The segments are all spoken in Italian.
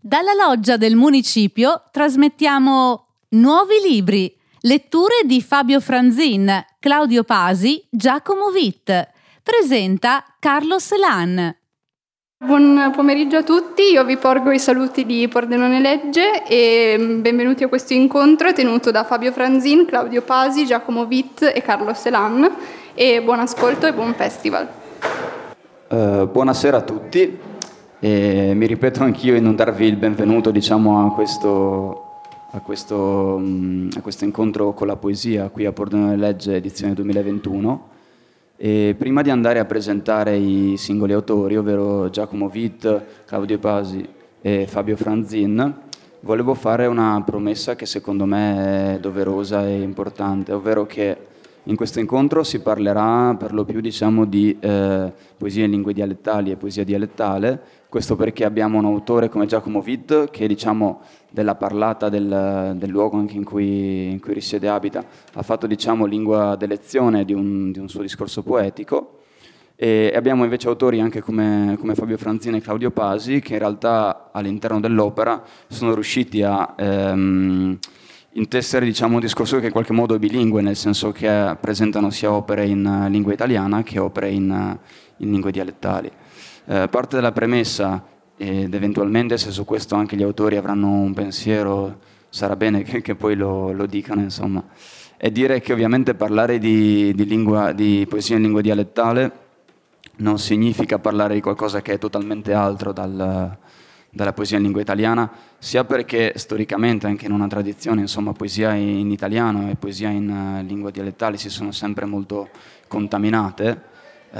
Dalla loggia del municipio trasmettiamo Nuovi Libri, letture di Fabio Franzin, Claudio Pasi, Giacomo Witt. Presenta Carlos Lan. Buon pomeriggio a tutti, io vi porgo i saluti di Pordenone Legge e benvenuti a questo incontro tenuto da Fabio Franzin, Claudio Pasi, Giacomo Witt e Carlos Lan, e buon ascolto e buon festival. Buonasera a tutti. E mi ripeto anch'io in non darvi il benvenuto, a questo incontro con la poesia qui a Pordenone Legge edizione 2021. E prima di andare a presentare i singoli autori, ovvero Giacomo Witt, Claudio Pasi e Fabio Franzin, volevo fare una promessa che secondo me è doverosa e importante, ovvero che in questo incontro si parlerà per lo più di poesia in lingue dialettali e poesia dialettale. Questo perché abbiamo un autore come Giacomo Witt che della parlata del luogo anche in cui risiede e abita ha fatto lingua d'elezione di un suo discorso poetico, e abbiamo invece autori anche come Fabio Franzin e Claudio Pasi che in realtà all'interno dell'opera sono riusciti a intessere un discorso che in qualche modo è bilingue, nel senso che presentano sia opere in lingua italiana che opere in lingue dialettali. Parte della premessa, ed eventualmente se su questo anche gli autori avranno un pensiero, sarà bene che poi lo dicano, insomma, è dire che ovviamente parlare di poesia in lingua dialettale non significa parlare di qualcosa che è totalmente altro dalla poesia in lingua italiana, sia perché storicamente anche in una tradizione, insomma, poesia in italiano e poesia in lingua dialettale si sono sempre molto contaminate,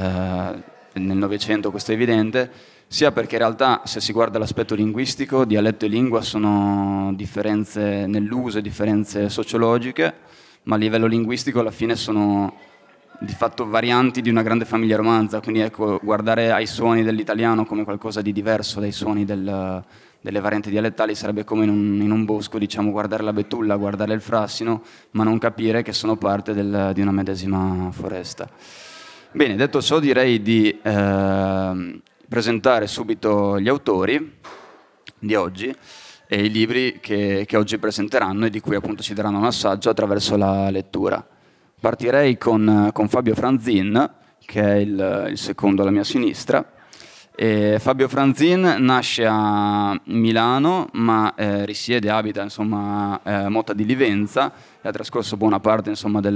nel Novecento questo è evidente, sia perché in realtà se si guarda l'aspetto linguistico, dialetto e lingua sono differenze nell'uso e differenze sociologiche, ma a livello linguistico alla fine sono di fatto varianti di una grande famiglia romanza, quindi ecco, guardare ai suoni dell'italiano come qualcosa di diverso dai suoni delle varianti dialettali sarebbe come in un bosco, guardare la betulla, guardare il frassino, ma non capire che sono parte di una medesima foresta. Bene, detto ciò direi di presentare subito gli autori di oggi e i libri che oggi presenteranno e di cui appunto ci daranno un assaggio attraverso la lettura. Partirei con Fabio Franzin, che è il secondo alla mia sinistra. Fabio Franzin nasce a Milano, ma risiede e abita a Motta di Livenza e ha trascorso buona parte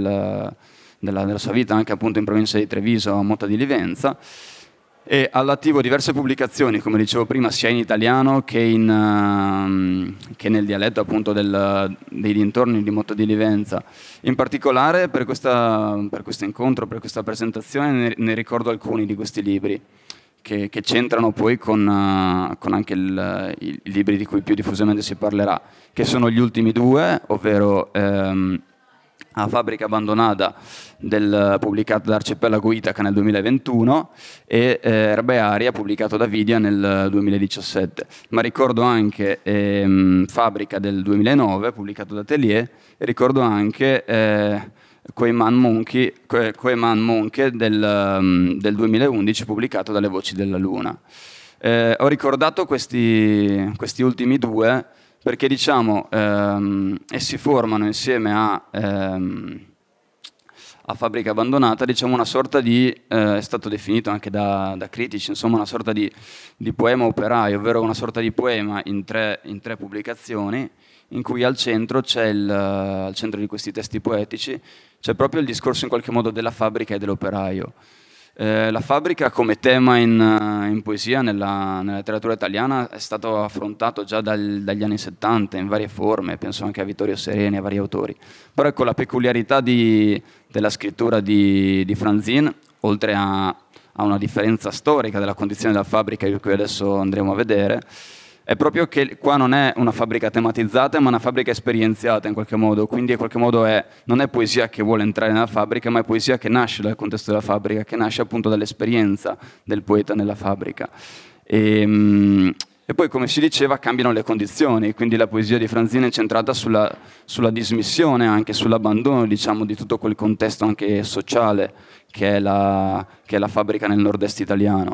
della sua vita anche appunto in provincia di Treviso, a Motta di Livenza, e all'attivo diverse pubblicazioni, come dicevo prima, sia in italiano che nel dialetto appunto dei dintorni di Motta di Livenza. In particolare per questo incontro, per questa presentazione, ne ricordo alcuni di questi libri che c'entrano poi con anche i libri di cui più diffusamente si parlerà, che sono gli ultimi due, ovvero A Fabbrica Abbandonata, pubblicato da Arcipelago Itaca nel 2021, e Erba e Aria, pubblicato da Vidia nel 2017. Ma ricordo anche Fabbrica del 2009, pubblicato da Atelier, e ricordo anche Koeman Monke del 2011, pubblicato dalle Voci della Luna. Ho ricordato questi ultimi due perché essi formano insieme a Fabbrica Abbandonata una sorta di, è stato definito anche da critici, insomma una sorta di poema operaio, ovvero una sorta di poema in tre pubblicazioni, in cui al centro al centro di questi testi poetici c'è proprio il discorso in qualche modo della fabbrica e dell'operaio. La fabbrica come tema in poesia nella letteratura italiana è stato affrontato già dagli anni 70 in varie forme, penso anche a Vittorio Sereni e a vari autori. Però ecco, la peculiarità della scrittura di Franzin, oltre a una differenza storica della condizione della fabbrica, di cui adesso andremo a vedere, è proprio che qua non è una fabbrica tematizzata, ma una fabbrica esperienziata in qualche modo, quindi in qualche modo non è poesia che vuole entrare nella fabbrica, ma è poesia che nasce dal contesto della fabbrica, che nasce appunto dall'esperienza del poeta nella fabbrica. E poi, come si diceva, cambiano le condizioni, quindi la poesia di Franzin è centrata sulla dismissione, anche sull'abbandono, di tutto quel contesto anche sociale che è la fabbrica nel nord-est italiano.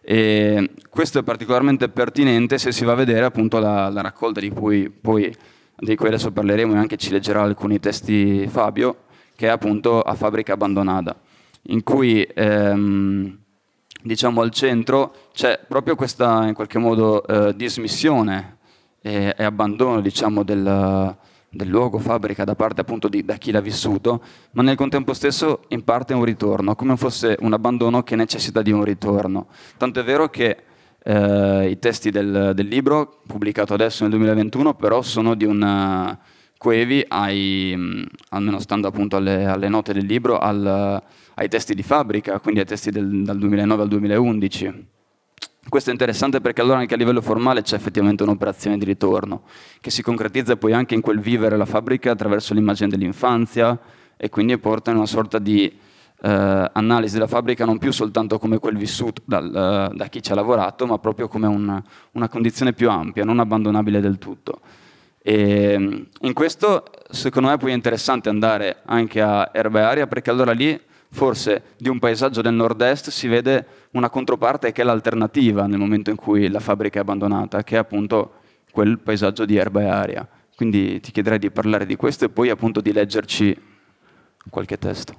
E questo è particolarmente pertinente se si va a vedere appunto la raccolta di cui adesso parleremo, e anche ci leggerà alcuni testi Fabio, che è appunto A fabbrica abbandonata, in cui diciamo al centro c'è proprio questa in qualche modo dismissione e abbandono, diciamo, del luogo fabbrica da parte appunto da chi l'ha vissuto, ma nel contempo stesso in parte un ritorno, come fosse un abbandono che necessita di un ritorno. Tanto è vero che i testi del libro, pubblicato adesso nel 2021, però sono di un coevi almeno stando appunto alle note del libro, ai testi di fabbrica, quindi ai testi dal 2009 al 2011. Questo è interessante perché allora anche a livello formale c'è effettivamente un'operazione di ritorno che si concretizza poi anche in quel vivere la fabbrica attraverso l'immagine dell'infanzia, e quindi porta in una sorta di analisi della fabbrica non più soltanto come quel vissuto da chi ci ha lavorato, ma proprio come una condizione più ampia, non abbandonabile del tutto. E in questo secondo me poi è interessante andare anche a Erba e Aria, perché allora lì forse di un paesaggio del nord-est si vede una controparte che è l'alternativa nel momento in cui la fabbrica è abbandonata, che è appunto quel paesaggio di Erba e Aria. Quindi ti chiederei di parlare di questo e poi appunto di leggerci qualche testo.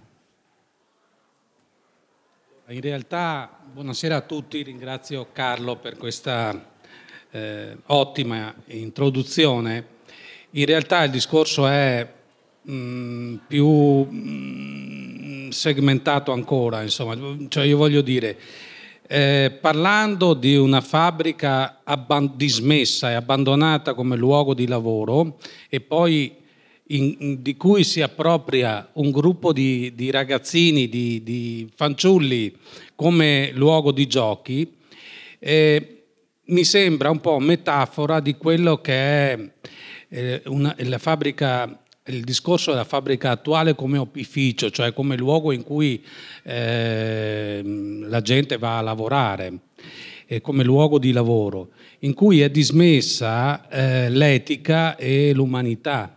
In realtà, buonasera a tutti, ringrazio Carlo per questa ottima introduzione. In realtà il discorso è più segmentato ancora, insomma, cioè io voglio dire, parlando di una fabbrica dismessa e abbandonata come luogo di lavoro e poi di cui si appropria un gruppo di ragazzini, di fanciulli come luogo di giochi, mi sembra un po' metafora di quello che è la fabbrica, il discorso della fabbrica attuale come opificio, cioè come luogo in cui la gente va a lavorare, come luogo di lavoro, in cui è dismessa l'etica e l'umanità.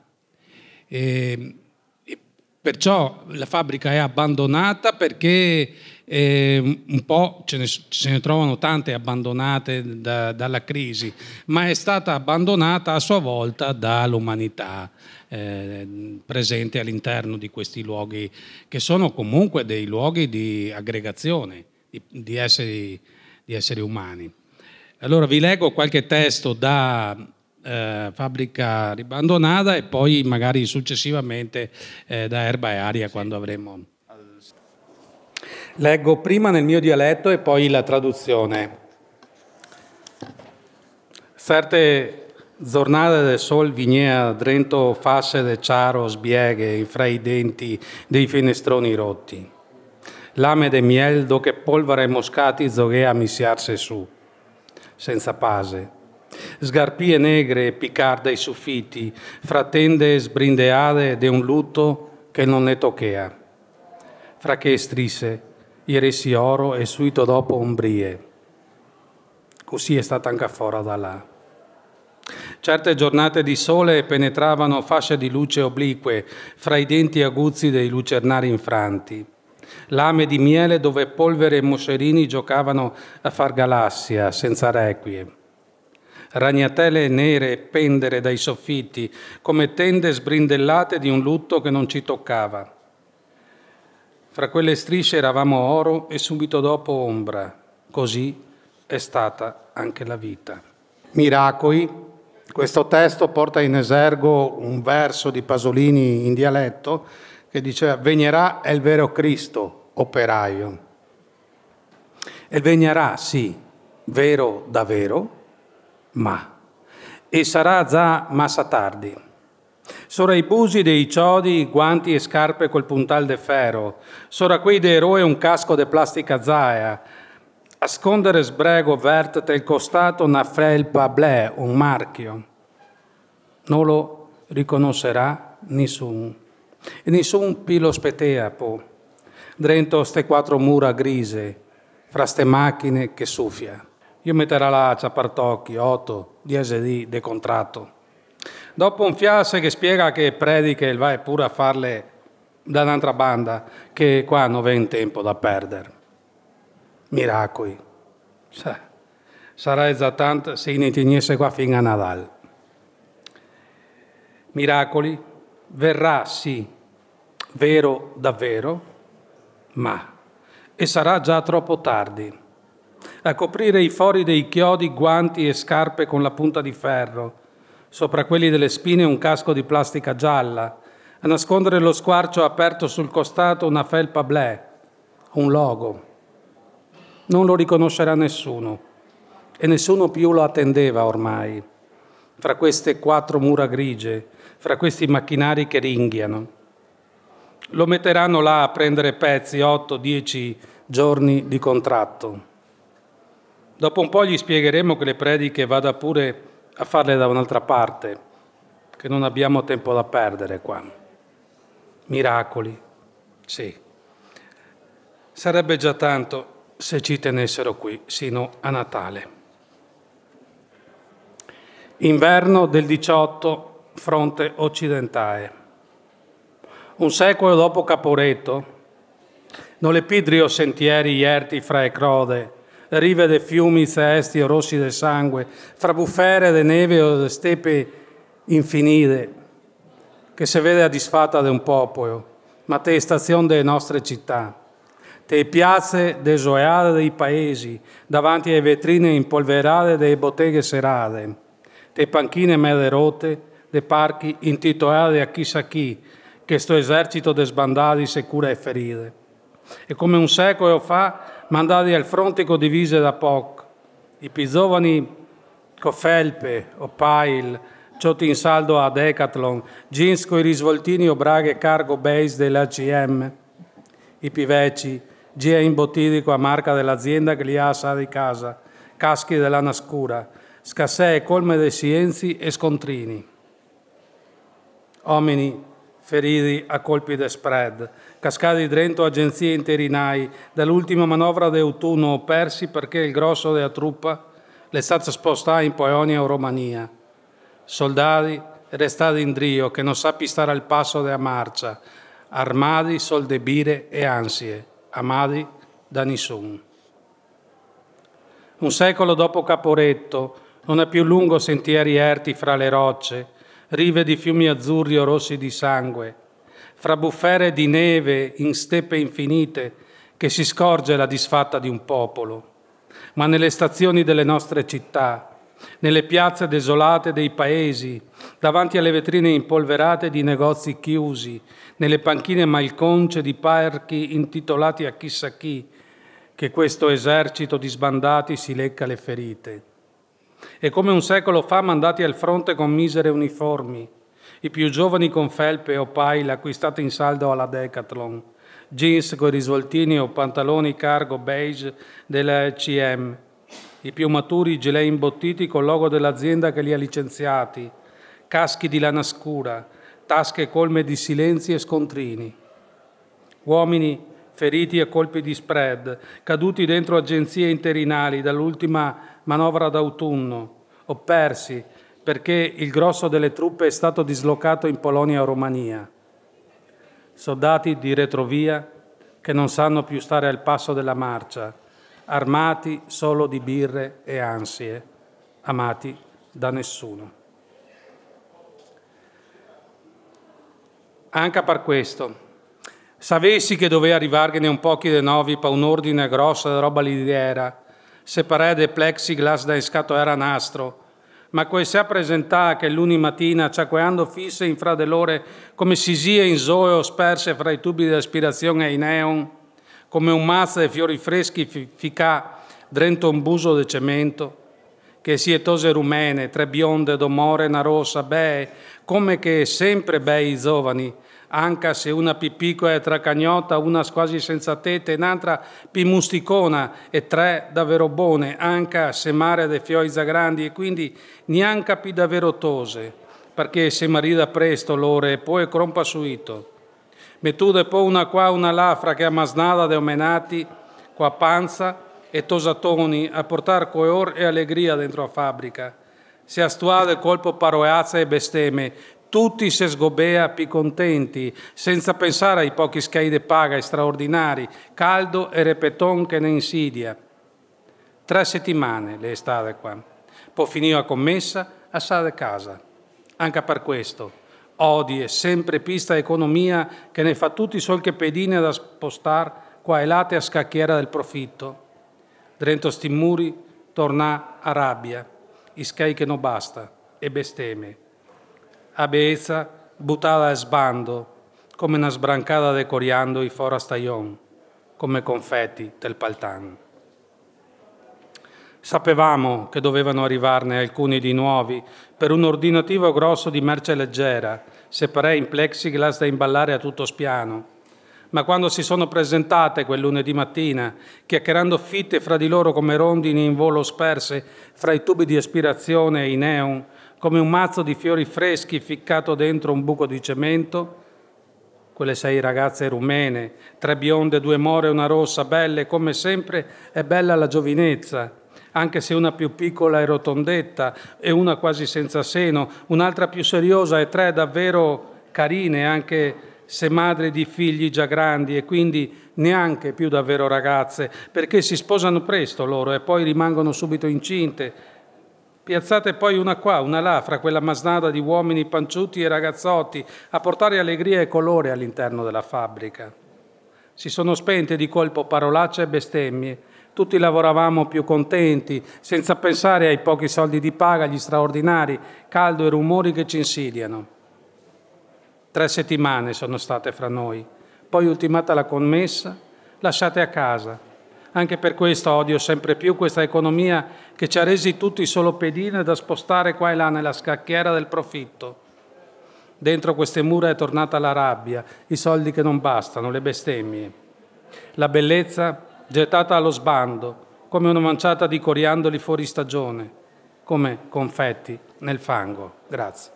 Perciò la fabbrica è abbandonata perché un po' se ne trovano tante abbandonate dalla crisi, ma è stata abbandonata a sua volta dall'umanità presente all'interno di questi luoghi, che sono comunque dei luoghi di aggregazione di esseri umani. Allora vi leggo qualche testo da Fabbrica abbandonata e poi magari successivamente da Erba e Aria quando avremo. Leggo prima nel mio dialetto e poi la traduzione. Certe giornate del sol vignea drento fasce de ciaro sbieghe fra i denti dei finestroni rotti. Lame de miel do che polvere e moscati zoghea misciarse su, senza pase. Sgarpie negre e piccarde ai soffitti, fra tende sbrindeade de un lutto che non ne tocchea. Fra che strisse, ieri oro e subito dopo ombrie. Così è stata anche fuori da là. Certe giornate di sole penetravano fasce di luce oblique fra i denti aguzzi dei lucernari infranti. Lame di miele dove polvere e moscerini giocavano a far galassia senza requie. Ragnatele nere pendere dai soffitti come tende sbrindellate di un lutto che non ci toccava. Fra quelle strisce eravamo oro e subito dopo ombra. Così è stata anche la vita. Miracoli. Questo testo porta in esergo un verso di Pasolini in dialetto che dice: «Vegnerà è il vero Cristo, operaio». E vegnerà, sì, vero davvero, ma. E sarà già massa tardi. Sora i busi dei ciodi, guanti e scarpe col puntal de ferro, sora quei de eroe un casco de plastica zaia, a scondere sbrego vert del costato una felpa blé, un marchio. Non lo riconoscerà nessuno. E nessun più lo spetea, po'. Drento ste quattro mura grise, fra ste macchine che suffia. Io metterò là ciapartocchi, 8, 10 di de contratto. Dopo un fiasse che spiega che prediche e vai pure a farle da un'altra banda, che qua non v'è in tempo da perdere. Miracoli. Sarà esattamente se ne tenesse qua fino a Nadal. Miracoli, verrà sì, vero davvero, ma e sarà già troppo tardi. A coprire i fori dei chiodi, guanti e scarpe con la punta di ferro, sopra quelli delle spine un casco di plastica gialla, a nascondere lo squarcio aperto sul costato una felpa bleu, un logo. Non lo riconoscerà nessuno e nessuno più lo attendeva ormai, fra queste 4 mura grigie, fra questi macchinari che ringhiano. Lo metteranno là a prendere pezzi 8-10 giorni di contratto. Dopo un po' gli spiegheremo che le prediche vada pure a farle da un'altra parte, che non abbiamo tempo da perdere qua. Miracoli, sì. Sarebbe già tanto se ci tenessero qui sino a Natale. Inverno del 18, fronte occidentale. Un secolo dopo Caporetto, nolepidrio sentieri ierti fra e crode, rive de fiumi celesti o rossi del sangue, fra bufere de neve o de steppe infinite, che se vede a disfatta de un popolo, ma te stazione delle nostre città, te piazze desoeate dei paesi, davanti alle vetrine impolverate delle botteghe serate, te panchine mele rotte, de parchi intitolati a chissà chi, che sto esercito de sbandati se cura e ferite. E come un secolo fa, mandati al fronte condivise da poco, i più giovani con felpe o pail, ciotti in saldo a Decathlon, jeans coi risvoltini o braghe cargo base dell'ACM, i più vecchi, gia imbottiti con la marca dell'azienda che li ha assati di casa, caschi dell'ana scura, scassee colme dei sienzi e scontrini. Uomini feriti a colpi di spread, cascati dentro agenzie interinai, dall'ultima manovra d'autunno persi perché il grosso della truppa le è stato spostato in Polonia o Romania. Soldati restati in drio che non sappi stare al passo della marcia, armati sol de bire e ansie, amati da nessuno. Un secolo dopo Caporetto, non è più lungo sentieri erti fra le rocce, rive di fiumi azzurri o rossi di sangue, fra bufere di neve in steppe infinite che si scorge la disfatta di un popolo, ma nelle stazioni delle nostre città, nelle piazze desolate dei paesi, davanti alle vetrine impolverate di negozi chiusi, nelle panchine malconce di parchi intitolati a chissà chi, che questo esercito di sbandati si lecca le ferite. E come un secolo fa mandati al fronte con misere uniformi, i più giovani con felpe o pail acquistate in saldo alla Decathlon, jeans con risvoltini o pantaloni cargo beige della CM, i più maturi gilet imbottiti col logo dell'azienda che li ha licenziati, caschi di lana scura, tasche colme di silenzi e scontrini. Uomini feriti a colpi di spread, caduti dentro agenzie interinali dall'ultima manovra d'autunno, o persi perché il grosso delle truppe è stato dislocato in Polonia o Romania. Soldati di retrovia che non sanno più stare al passo della marcia, armati solo di birre e ansie, amati da nessuno. Anche per questo, sapessi che doveva arrivarne un pochi de novi pa un ordine grosso di roba lidiera, separare de plexiglass da escato era nastro, ma quel si è presentata che l'uni mattina, ciacqueando fisse in fra dell'ore come si sia in zoe o sperse fra i tubi di aspirazione ai neon, come un mazzo di fiori freschi ficà dentro un buso di cemento, che sietose rumene, 3 bionde d'omore, una rossa, come che sempre bei giovani, anche se una più piccola e tracagnota, una quasi senza tete, un'altra più musticona e 3 davvero buone, anche se mare de fioiza grandi e quindi neanche più davvero tose, perché se marida presto l'ore e poi crompa suito. Mettude poi una qua, una là, fra che ammasnada de omenati, qua panza e tosatoni a portare coeur e allegria dentro la fabbrica. Se astuade colpo paroeazza e bestemme, tutti se sgobea più contenti, senza pensare ai pochi scai de paga straordinari, caldo e repeton che ne insidia. 3 settimane lei è stata qua. Poi finì a commessa a stare a casa. Anche per questo, odi e sempre pista economia che ne fa tutti sol che pedine da spostare qua e là a scacchiera del profitto. Dentro sti muri torna a rabbia, iscai che non basta, e bestemmie. A beezza, buttata a sbando, come una sbrancata de coriando i fora staion, come confetti del paltan. Sapevamo che dovevano arrivarne alcuni di nuovi per un ordinativo grosso di merce leggera, separé in plexiglass da imballare a tutto spiano. Ma quando si sono presentate quel lunedì mattina, chiacchierando fitte fra di loro come rondini in volo sperse fra i tubi di aspirazione e i neon, come un mazzo di fiori freschi ficcato dentro un buco di cemento, quelle 6 ragazze rumene, 3 bionde, 2 more e una rossa, belle come sempre è bella la giovinezza, anche se una più piccola e rotondetta e una quasi senza seno, un'altra più seriosa e 3 davvero carine, anche se madri di figli già grandi e quindi neanche più davvero ragazze, perché si sposano presto loro e poi rimangono subito incinte, piazzate poi una qua, una là, fra quella masnada di uomini panciuti e ragazzotti, a portare allegria e colore all'interno della fabbrica. Si sono spente di colpo parolacce e bestemmie. Tutti lavoravamo più contenti, senza pensare ai pochi soldi di paga, agli straordinari, caldo e rumori che ci insidiano. 3 settimane sono state fra noi, poi ultimata la commessa, lasciate a casa. Anche per questo odio sempre più questa economia che ci ha resi tutti solo pedine da spostare qua e là nella scacchiera del profitto. Dentro queste mura è tornata la rabbia, i soldi che non bastano, le bestemmie. La bellezza gettata allo sbando, come una manciata di coriandoli fuori stagione, come confetti nel fango. Grazie.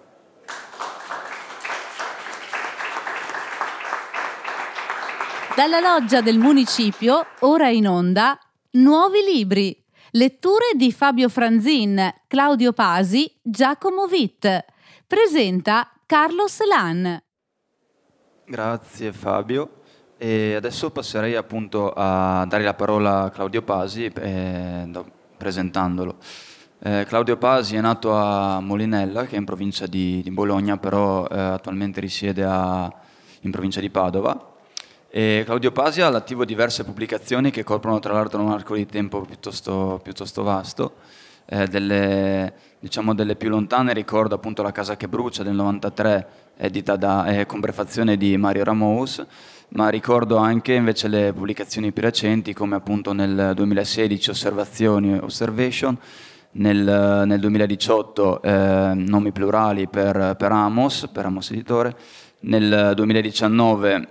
Dalla loggia del municipio, ora in onda, Nuovi libri. Letture di Fabio Franzin, Claudio Pasi, Giacomo Witt. Presenta Carlos Lan. Grazie Fabio. E adesso passerei appunto a dare la parola a Claudio Pasi presentandolo. Claudio Pasi è nato a Molinella, che è in provincia di Bologna, però attualmente risiede in provincia di Padova. E Claudio Pasi ha all'attivo diverse pubblicazioni che coprono tra l'altro un arco di tempo piuttosto vasto. Delle più lontane ricordo appunto La casa che brucia del 93, edita con prefazione di Mario Ramos, ma ricordo anche invece le pubblicazioni più recenti, come appunto nel 2016 Observation, nel 2018 Nomi plurali per Amos Editore, nel 2019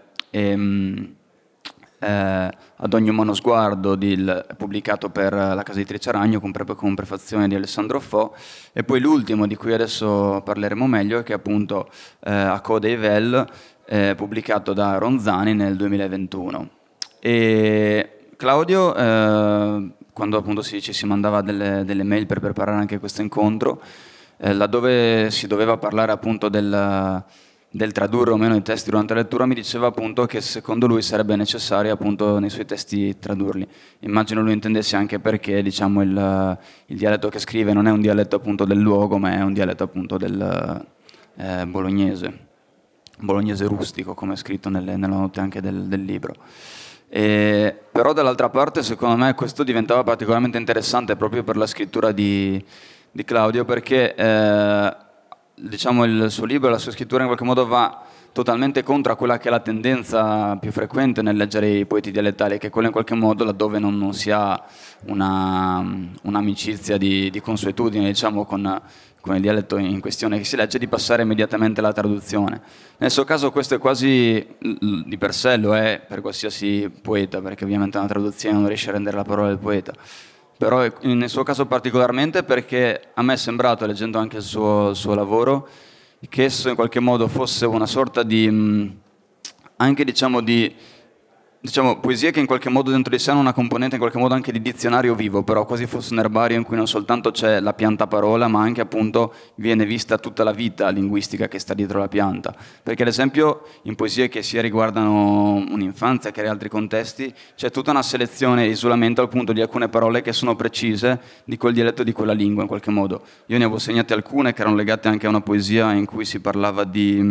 Ad ogni umano sguardo, pubblicato per la casa editrice Ragno con prefazione di Alessandro Fo, e poi l'ultimo di cui adesso parleremo meglio, che è appunto A Code Vel, pubblicato da Ronzani nel 2021. E Claudio, quando appunto ci si mandava delle mail per preparare anche questo incontro, laddove si doveva parlare appunto del tradurre o meno i testi durante la lettura, mi diceva appunto che secondo lui sarebbe necessario appunto nei suoi testi tradurli. Immagino lui intendesse anche perché diciamo il dialetto che scrive non è un dialetto appunto del luogo, ma è un dialetto appunto del bolognese rustico, come è scritto nella note anche del libro. Però dall'altra parte secondo me questo diventava particolarmente interessante proprio per la scrittura di Claudio, perché diciamo il suo libro, la sua scrittura in qualche modo va totalmente contro a quella che è la tendenza più frequente nel leggere i poeti dialettali, che è quella in qualche modo laddove non si ha un'amicizia di consuetudine, diciamo, con il dialetto in questione che si legge, di passare immediatamente alla traduzione. Nel suo caso questo è quasi, di per sé lo è per qualsiasi poeta, perché ovviamente una traduzione non riesce a rendere la parola del poeta, però nel suo caso particolarmente perché a me è sembrato, leggendo anche il suo lavoro, che esso in qualche modo fosse una sorta di anche diciamo di diciamo, poesie che in qualche modo dentro di sé hanno una componente in qualche modo anche di dizionario vivo, però quasi fosse un erbario in cui non soltanto c'è la pianta parola, ma anche appunto viene vista tutta la vita linguistica che sta dietro la pianta. Perché ad esempio in poesie che sia riguardano un'infanzia che in altri contesti, c'è tutta una selezione e isolamento al punto di alcune parole che sono precise di quel dialetto, di quella lingua in qualche modo. Io ne avevo segnate alcune che erano legate anche a una poesia in cui si parlava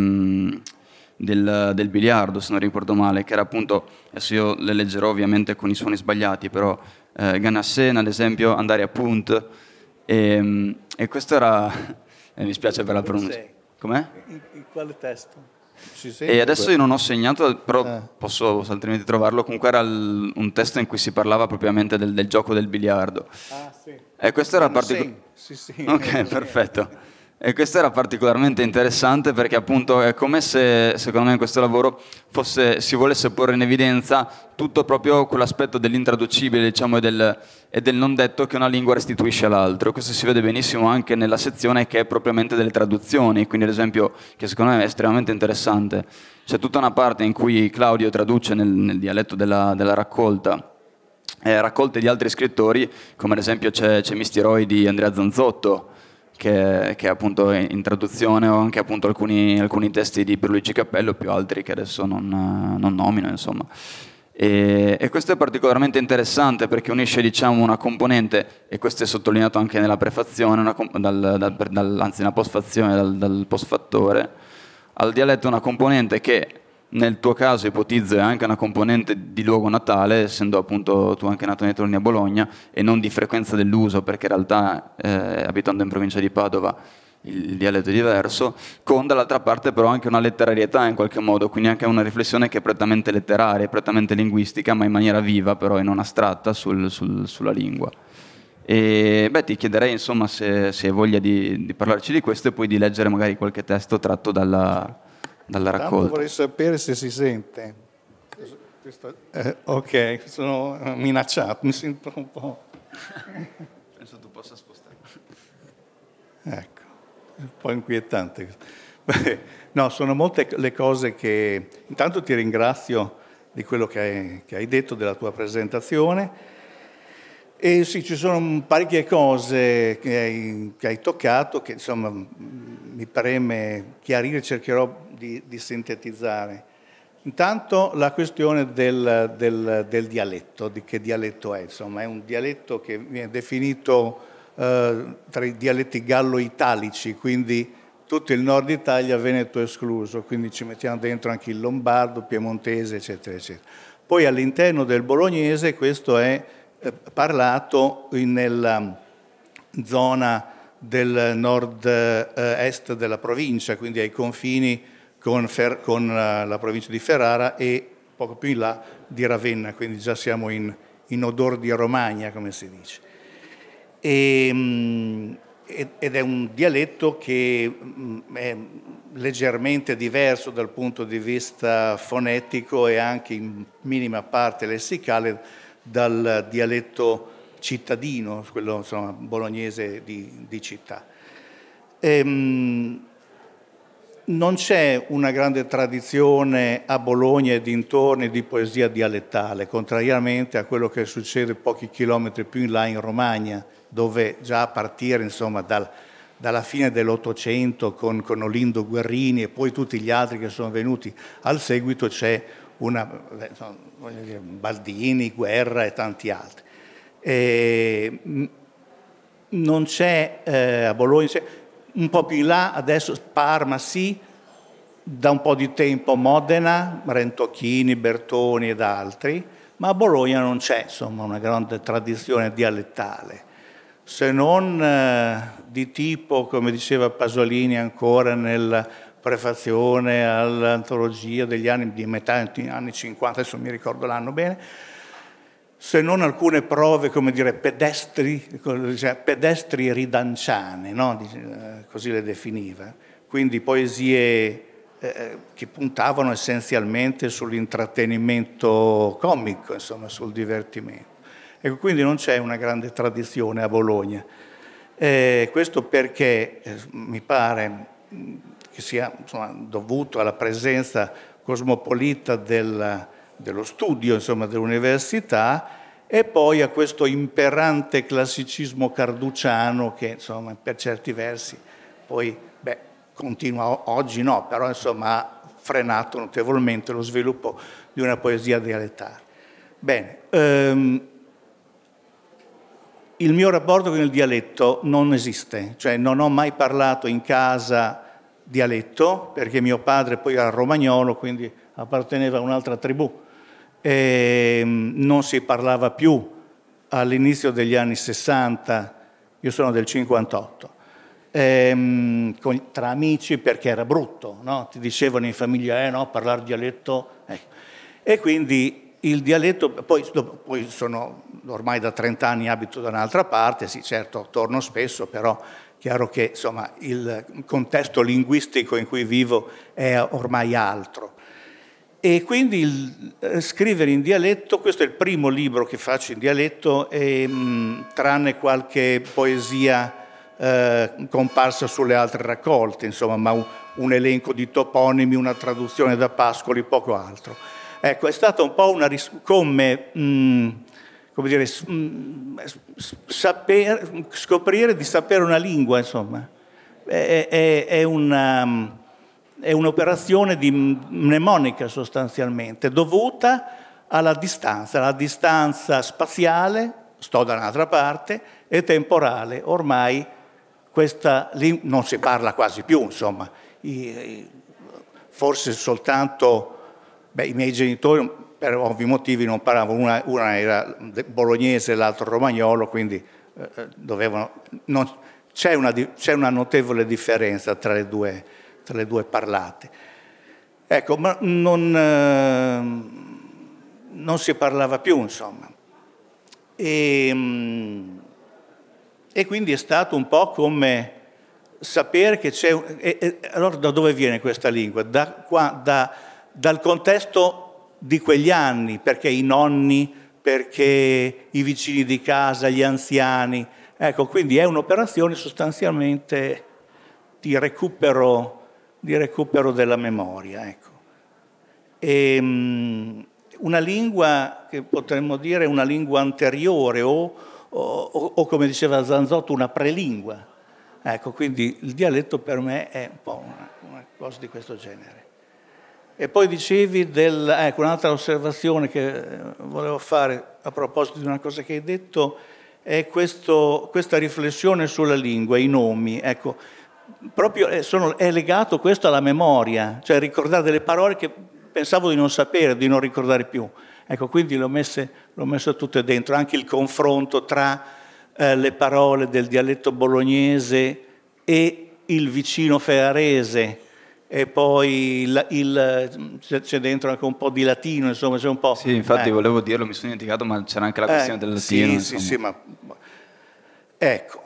del biliardo, se non ricordo male, che era appunto, adesso io le leggerò ovviamente con i suoni sbagliati, però Ganassen, ad esempio, andare a punt, e questo era, mi spiace per la pronuncia. Com'è? In quale testo? E adesso io non ho segnato, però posso altrimenti trovarlo, comunque era un testo in cui si parlava propriamente del gioco del biliardo. Ah, sì. E questo era particolare. Sì. Ok, perfetto. E questo era particolarmente interessante perché appunto è come se, secondo me, in questo lavoro si volesse porre in evidenza tutto proprio quell'aspetto dell'intraducibile, diciamo, e del non detto che una lingua restituisce all'altro. Questo si vede benissimo anche nella sezione che è propriamente delle traduzioni, quindi ad esempio, che secondo me è estremamente interessante. C'è tutta una parte in cui Claudio traduce nel dialetto della raccolta raccolte di altri scrittori, come ad esempio c'è Mistiroi di Andrea Zanzotto, che è appunto in traduzione, o anche appunto alcuni testi di Pierluigi Cappello, più altri che adesso non nomino, insomma. E questo è particolarmente interessante perché unisce, diciamo, una componente, e questo è sottolineato anche nella prefazione, anzi nella postfazione, dal postfattore, al dialetto una componente che nel tuo caso ipotizzo è anche una componente di luogo natale, essendo appunto tu anche nato nei torni a Bologna, e non di frequenza dell'uso, perché in realtà abitando in provincia di Padova il dialetto è diverso, con dall'altra parte però anche una letterarietà in qualche modo, quindi anche una riflessione che è prettamente letteraria, prettamente linguistica, ma in maniera viva però e non astratta sulla lingua. E ti chiederei insomma se hai voglia di parlarci di questo e poi di leggere magari qualche testo tratto dalla raccolta. Tanto vorrei sapere se si sente. Ok, sono minacciato, mi sento un po'. Penso tu possa spostare. Ecco, un po' inquietante. No, sono molte le cose che... Intanto ti ringrazio di quello che hai detto, della tua presentazione. E sì, ci sono parecchie cose che hai toccato che insomma mi preme chiarire, cercherò di sintetizzare. Intanto la questione del dialetto, di che dialetto è. Insomma, è un dialetto che viene definito tra i dialetti gallo-italici, quindi tutto il nord Italia, Veneto escluso, quindi ci mettiamo dentro anche il lombardo, piemontese, eccetera, eccetera. Poi all'interno del bolognese questo è parlato nella zona del nord-est della provincia, quindi ai confini con la provincia di Ferrara e poco più in là di Ravenna, quindi già siamo in odor di Romagna, come si dice. Ed è un dialetto che è leggermente diverso dal punto di vista fonetico e anche in minima parte lessicale dal dialetto cittadino, quello insomma bolognese di città. Non c'è una grande tradizione a Bologna e dintorni di poesia dialettale, contrariamente a quello che succede pochi chilometri più in là in Romagna, dove già a partire insomma dalla fine dell'Ottocento con Olindo Guerrini e poi tutti gli altri che sono venuti al seguito c'è Baldini, Guerra e tanti altri. Non c'è a Bologna, un po' più in là, adesso Parma sì, da un po' di tempo Modena, Rentocchini, Bertoni ed altri, ma a Bologna non c'è insomma una grande tradizione dialettale, se non di tipo, come diceva Pasolini ancora nella prefazione all'antologia degli anni di metà anni 50, adesso mi ricordo l'anno bene, se non alcune prove, come dire, pedestri ridanciane, no? Così le definiva, quindi poesie che puntavano essenzialmente sull'intrattenimento comico, insomma, sul divertimento. E quindi non c'è una grande tradizione a Bologna. Questo perché mi pare che sia insomma, dovuto alla presenza cosmopolita dello studio, insomma, dell'università, e poi a questo imperante classicismo carduciano che, insomma, per certi versi poi, continua oggi no, però insomma ha frenato notevolmente lo sviluppo di una poesia dialettale. Bene, il mio rapporto con il dialetto non esiste, cioè non ho mai parlato in casa dialetto, perché mio padre poi era romagnolo, quindi apparteneva a un'altra tribù. Non si parlava più all'inizio degli anni 60, io sono del 58, tra amici, perché era brutto, no? Ti dicevano in famiglia, no, parlare dialetto. E quindi il dialetto, poi sono ormai da 30 anni abito da un'altra parte, sì certo torno spesso, però chiaro che insomma il contesto linguistico in cui vivo è ormai altro. E quindi scrivere in dialetto, questo è il primo libro che faccio in dialetto, tranne qualche poesia comparsa sulle altre raccolte, insomma, ma un elenco di toponimi, una traduzione da Pascoli, poco altro. Ecco, è stata un po' una come dire, scoprire di sapere una lingua, insomma. È un'operazione mnemonica sostanzialmente, dovuta alla distanza spaziale, sto da un'altra parte, e temporale. Ormai questa non si parla quasi più, insomma. Forse soltanto i miei genitori, per ovvi motivi, non parlavano. Una era bolognese, l'altro romagnolo, quindi c'è una notevole differenza tra le due parlate. Ecco, ma non si parlava più, insomma. E quindi è stato un po' come sapere che c'è... allora da dove viene questa lingua? Dal contesto di quegli anni, perché i nonni, perché i vicini di casa, gli anziani. Ecco, quindi è un'operazione sostanzialmente di recupero della memoria, ecco. Una lingua che potremmo dire una lingua anteriore o come diceva Zanzotto, una prelingua. Ecco, quindi il dialetto per me è un po' una cosa di questo genere. E poi dicevi un'altra osservazione che volevo fare a proposito di una cosa che hai detto è questa riflessione sulla lingua, i nomi. Ecco, proprio è legato questo alla memoria, cioè ricordare delle parole che pensavo di non sapere, di non ricordare più. Ecco, quindi l'ho messe tutte dentro, anche il confronto tra le parole del dialetto bolognese e il vicino ferrarese, e poi c'è dentro anche un po' di latino, insomma, c'è un po'... Sì, infatti volevo dirlo, mi sono dimenticato, ma c'era anche la questione del latino. Sì, ma... Ecco,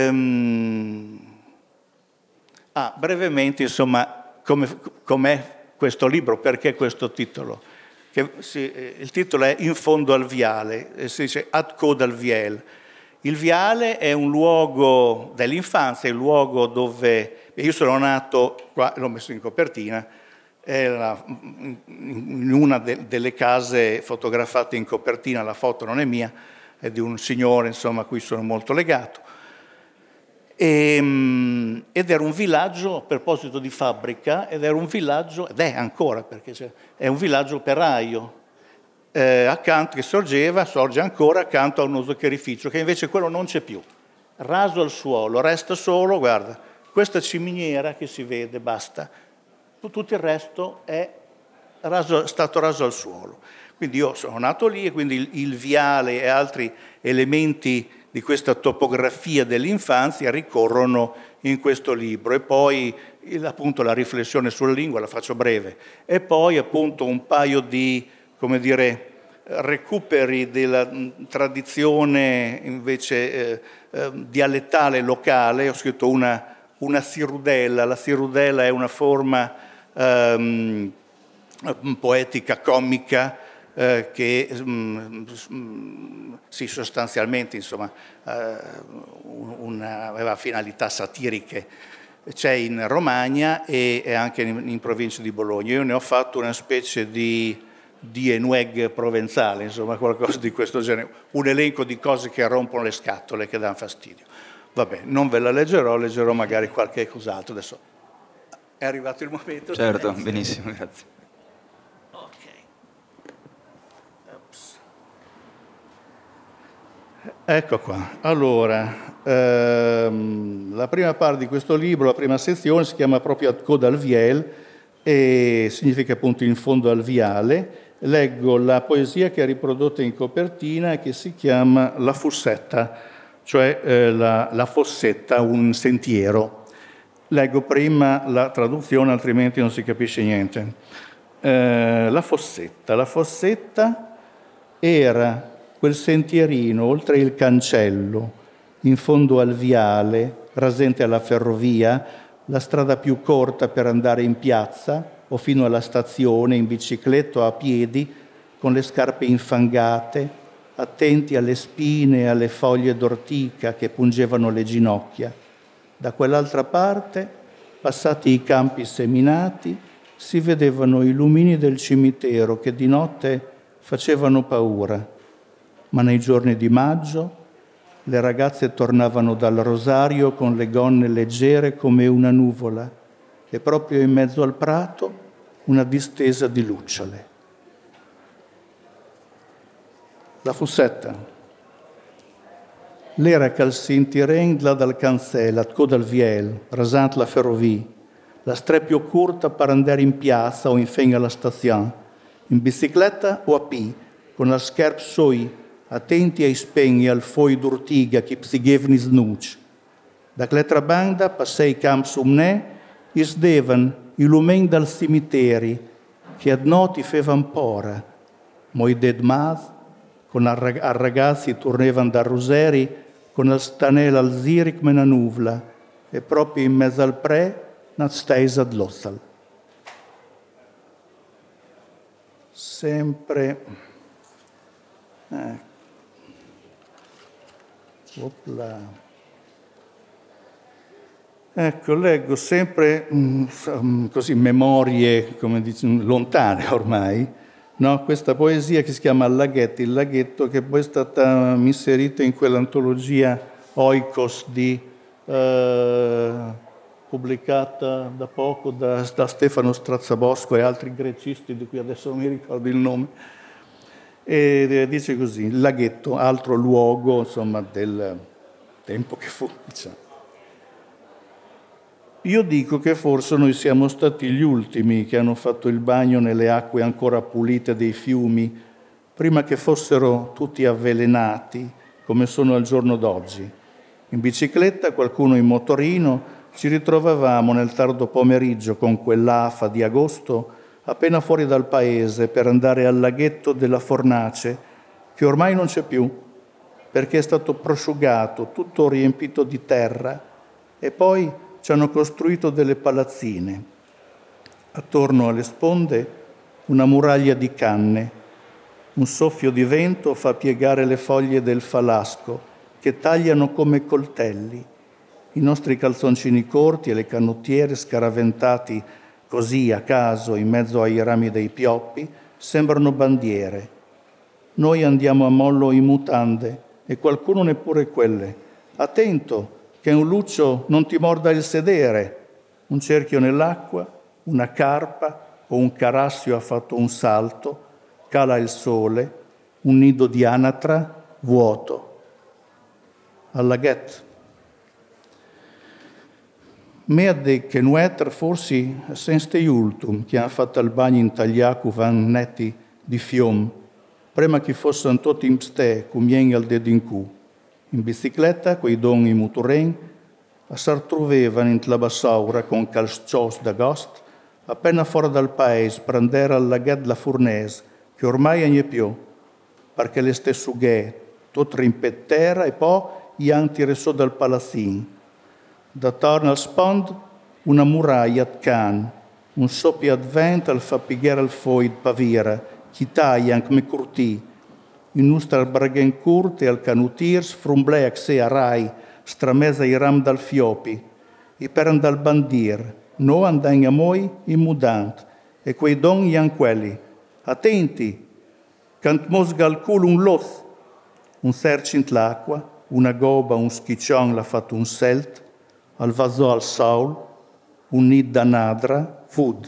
brevemente, insomma, com'è questo libro, perché questo titolo? Il titolo è In fondo al viale, si dice Ad coda al viel. Il viale è un luogo dell'infanzia, è il luogo dove... Io sono nato, qua l'ho messo in copertina, in una delle case fotografate in copertina, la foto non è mia, è di un signore, insomma, a cui sono molto legato. Ed era un villaggio, a proposito di fabbrica, ed è ancora, perché è un villaggio operaio, accanto, che sorge ancora accanto a un zuccherificio, che invece quello non c'è più. Raso al suolo, resta solo, guarda, questa ciminiera che si vede, basta. Tutto il resto è stato raso al suolo. Quindi io sono nato lì e quindi il viale e altri elementi di questa topografia dell'infanzia ricorrono in questo libro. E poi appunto la riflessione sulla lingua, la faccio breve, e poi appunto un paio di, come dire, recuperi della tradizione invece dialettale locale. Ho scritto una sirudella. La sirudella è una forma poetica, comica, che sì, sostanzialmente, insomma, aveva finalità satiriche. C'è in Romagna e anche in provincia di Bologna. Io ne ho fatto una specie di die Nueg provenzale, insomma qualcosa di questo genere, un elenco di cose che rompono le scatole, che danno fastidio. Vabbè, non ve la leggerò magari qualche cos'altro. Adesso è arrivato il momento. Certo, benissimo, grazie. Ok. Ops. Ecco qua. Allora, la prima parte di questo libro, la prima sezione, si chiama proprio Ad coda al viel, e significa appunto in fondo al viale. Leggo la poesia che è riprodotta in copertina e che si chiama La fossetta, cioè la fossetta, un sentiero. Leggo prima la traduzione, altrimenti non si capisce niente. La fossetta era quel sentierino oltre il cancello, in fondo al viale, rasente alla ferrovia, la strada più corta per andare in piazza o fino alla stazione, in bicicletta o a piedi, con le scarpe infangate, attenti alle spine e alle foglie d'ortica che pungevano le ginocchia. Da quell'altra parte, passati i campi seminati, si vedevano i lumini del cimitero che di notte facevano paura. Ma nei giorni di maggio le ragazze tornavano dal rosario con le gonne leggere come una nuvola e proprio in mezzo al prato una distesa di lucciole. La fossetta. L'era qu'al sentiren là dal cancel, ad coda al viel, rasant la ferrovia, la strada più corta per andare in piazza o infine alla stazione, in bicicletta o a piedi, con la scarpe soi, attenti ai spegni al foi d'urtiga che psighevni snuc. Da quell'altra banda, passei i campi sumne, is devan i lumeni dal cimiteri, che ad noti fevan pora. Moi dedmaz, con a ragazzi tornavano da Roseri, con il stanello al ziric me una nuvla, e proprio in mezzo al pre, una stesa d'lossal. Sempre... Opla. Ecco, leggo sempre così memorie, come dicono, lontane ormai, no? Questa poesia che si chiama Il laghetto, che poi è stata inserita in quell'antologia Oikos pubblicata da poco da Stefano Strazzabosco e altri grecisti di cui adesso non mi ricordo il nome. E dice così: il laghetto, altro luogo, insomma, del tempo che fu, diciamo. Io dico che forse noi siamo stati gli ultimi che hanno fatto il bagno nelle acque ancora pulite dei fiumi, prima che fossero tutti avvelenati, come sono al giorno d'oggi. In bicicletta, qualcuno in motorino, ci ritrovavamo nel tardo pomeriggio con quell'afa di agosto, appena fuori dal paese, per andare al laghetto della Fornace, che ormai non c'è più, perché è stato prosciugato, tutto riempito di terra, e poi ci hanno costruito delle palazzine. Attorno alle sponde una muraglia di canne. Un soffio di vento fa piegare le foglie del falasco, che tagliano come coltelli. I nostri calzoncini corti e le canottiere scaraventati così a caso in mezzo ai rami dei pioppi sembrano bandiere. Noi andiamo a mollo in mutande e qualcuno neppure quelle. Attento che un luccio non ti morda il sedere. Un cerchio nell'acqua, una carpa o un carassio ha fatto un salto, cala il sole, un nido di anatra vuoto. Al laghetto. Me ha detto che nueter forse senza ultum che hanno fatto il bagno in tagliacu van netti di fiom, prima che fossero tutti in ste, come al dedo in cu. In bicicletta, quei don in muturen, s'artruvevano in la bassaura con calcios d'agosto, appena fuori dal paese, per andare al laghetto la Furnese, che ormai non è più, perché le stesse sughe, tutto rimpettera e poi gli hanno reso dal palazzino. Da torno al spond, una muraglia di can, un soppio ad vento al fa pigliare il foi di pavira, chi taglia come curtì, in nostra braghen curte al canutir sfrumblea xe a rai, stramesa i ram dal fiopi, e per andare al bandir, no andai a moi in mudant, e quei don ian quelli, Attenti, cant mosga al culo un los, un sercint l'acqua, una goba, un schiccion l'ha fatto un selt, al vaso al saul, un nid da nadra, food.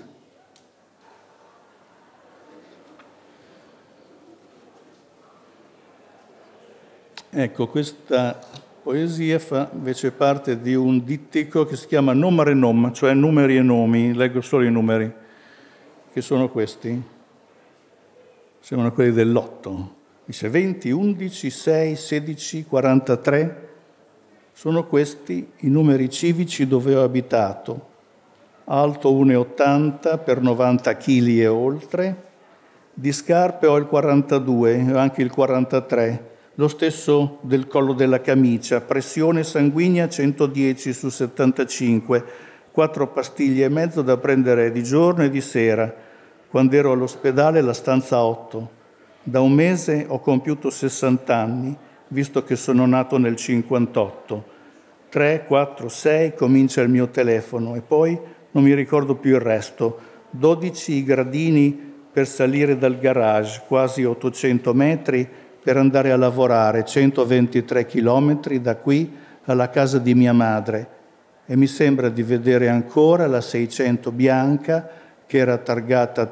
Ecco, questa poesia fa invece parte di un dittico che si chiama Numere Nom, cioè numeri e nomi, leggo solo i numeri, che sono questi, sembrano quelli dell'otto. Dice 20, 11, 6, 16, 43, sono questi i numeri civici dove ho abitato. Alto 1,80 per 90 kg e oltre, di scarpe ho il 42, ho anche il 43, lo stesso del collo della camicia, pressione sanguigna 110/75, 4 pastiglie e mezzo da prendere di giorno e di sera. Quando ero all'ospedale la stanza 8. Da un mese ho compiuto 60 anni, visto che sono nato nel 58. 3, 4, 6, comincia il mio telefono e poi non mi ricordo più il resto. 12 i gradini per salire dal garage, quasi 800 metri, per andare a lavorare, 123 chilometri da qui alla casa di mia madre. E mi sembra di vedere ancora la 600 bianca che era targata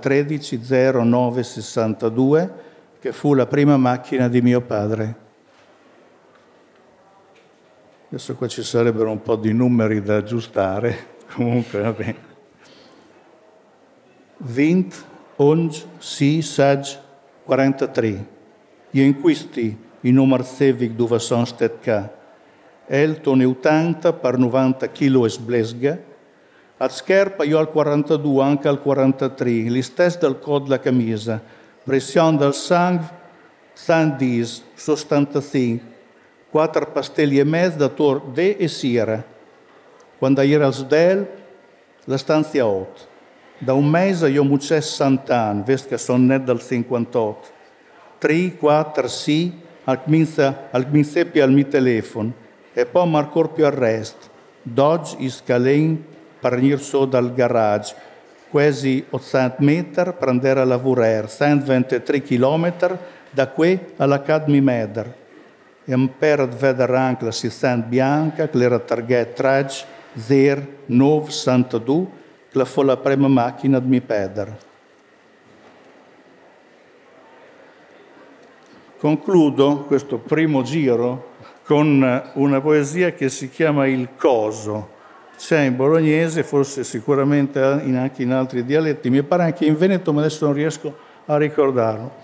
130962, che fu la prima macchina di mio padre. Adesso qua ci sarebbero un po' di numeri da aggiustare, comunque va bene. 20, 11, 6, 16, 43. Io in questi i numeri civic dove sono stato qua. Elton e 80 per 90 kg e sblesga. A scherpa io al 42, anche al 43, gli stessi del cod la camisa. Pressione del sangue, 110, 75. 4 pastelli e mezzo da tor de e sera. Quando ero al sdel, la stanza 8. Da un mese io ho 60 anni, visto che sono nato dal 58. 3, 4, sì, al minsepi al mio telefono e poi mi ancora più al resto. D'oggi i scalini per venire su dal garage, quasi 800 metri per andare a lavorare, 123 chilometri da qui all'Academy Meder. E mi pare di vedere anche la 600 bianca che era targata 130962, che fu la prima macchina di mio padre. Concludo questo primo giro con una poesia che si chiama Il Coso. C'è in bolognese, forse sicuramente anche in altri dialetti, mi pare anche in veneto, ma adesso non riesco a ricordarlo.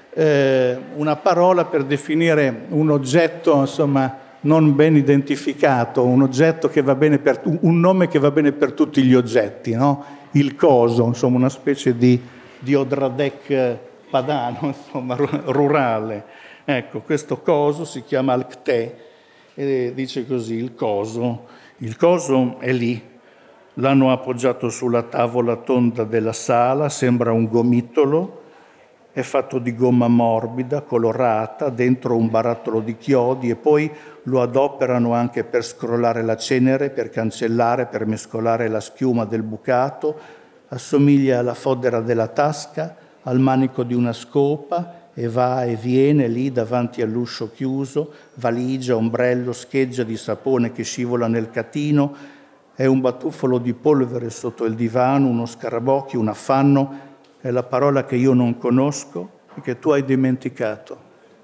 Una parola per definire un oggetto, insomma, non ben identificato, un oggetto che va bene per un nome che va bene per tutti gli oggetti, no? Il coso, insomma, una specie di Odradec padano, insomma, rurale. Ecco, questo coso si chiama Alctè e dice così: il coso è lì. L'hanno appoggiato sulla tavola tonda della sala, sembra un gomitolo. È fatto di gomma morbida, colorata, dentro un barattolo di chiodi e poi lo adoperano anche per scrollare la cenere, per cancellare, per mescolare la schiuma del bucato. Assomiglia alla fodera della tasca, al manico di una scopa e va e viene lì davanti all'uscio chiuso, valigia, ombrello, scheggia di sapone che scivola nel catino. È un batuffolo di polvere sotto il divano, uno scarabocchio, un affanno. È la parola che io non conosco e che tu hai dimenticato.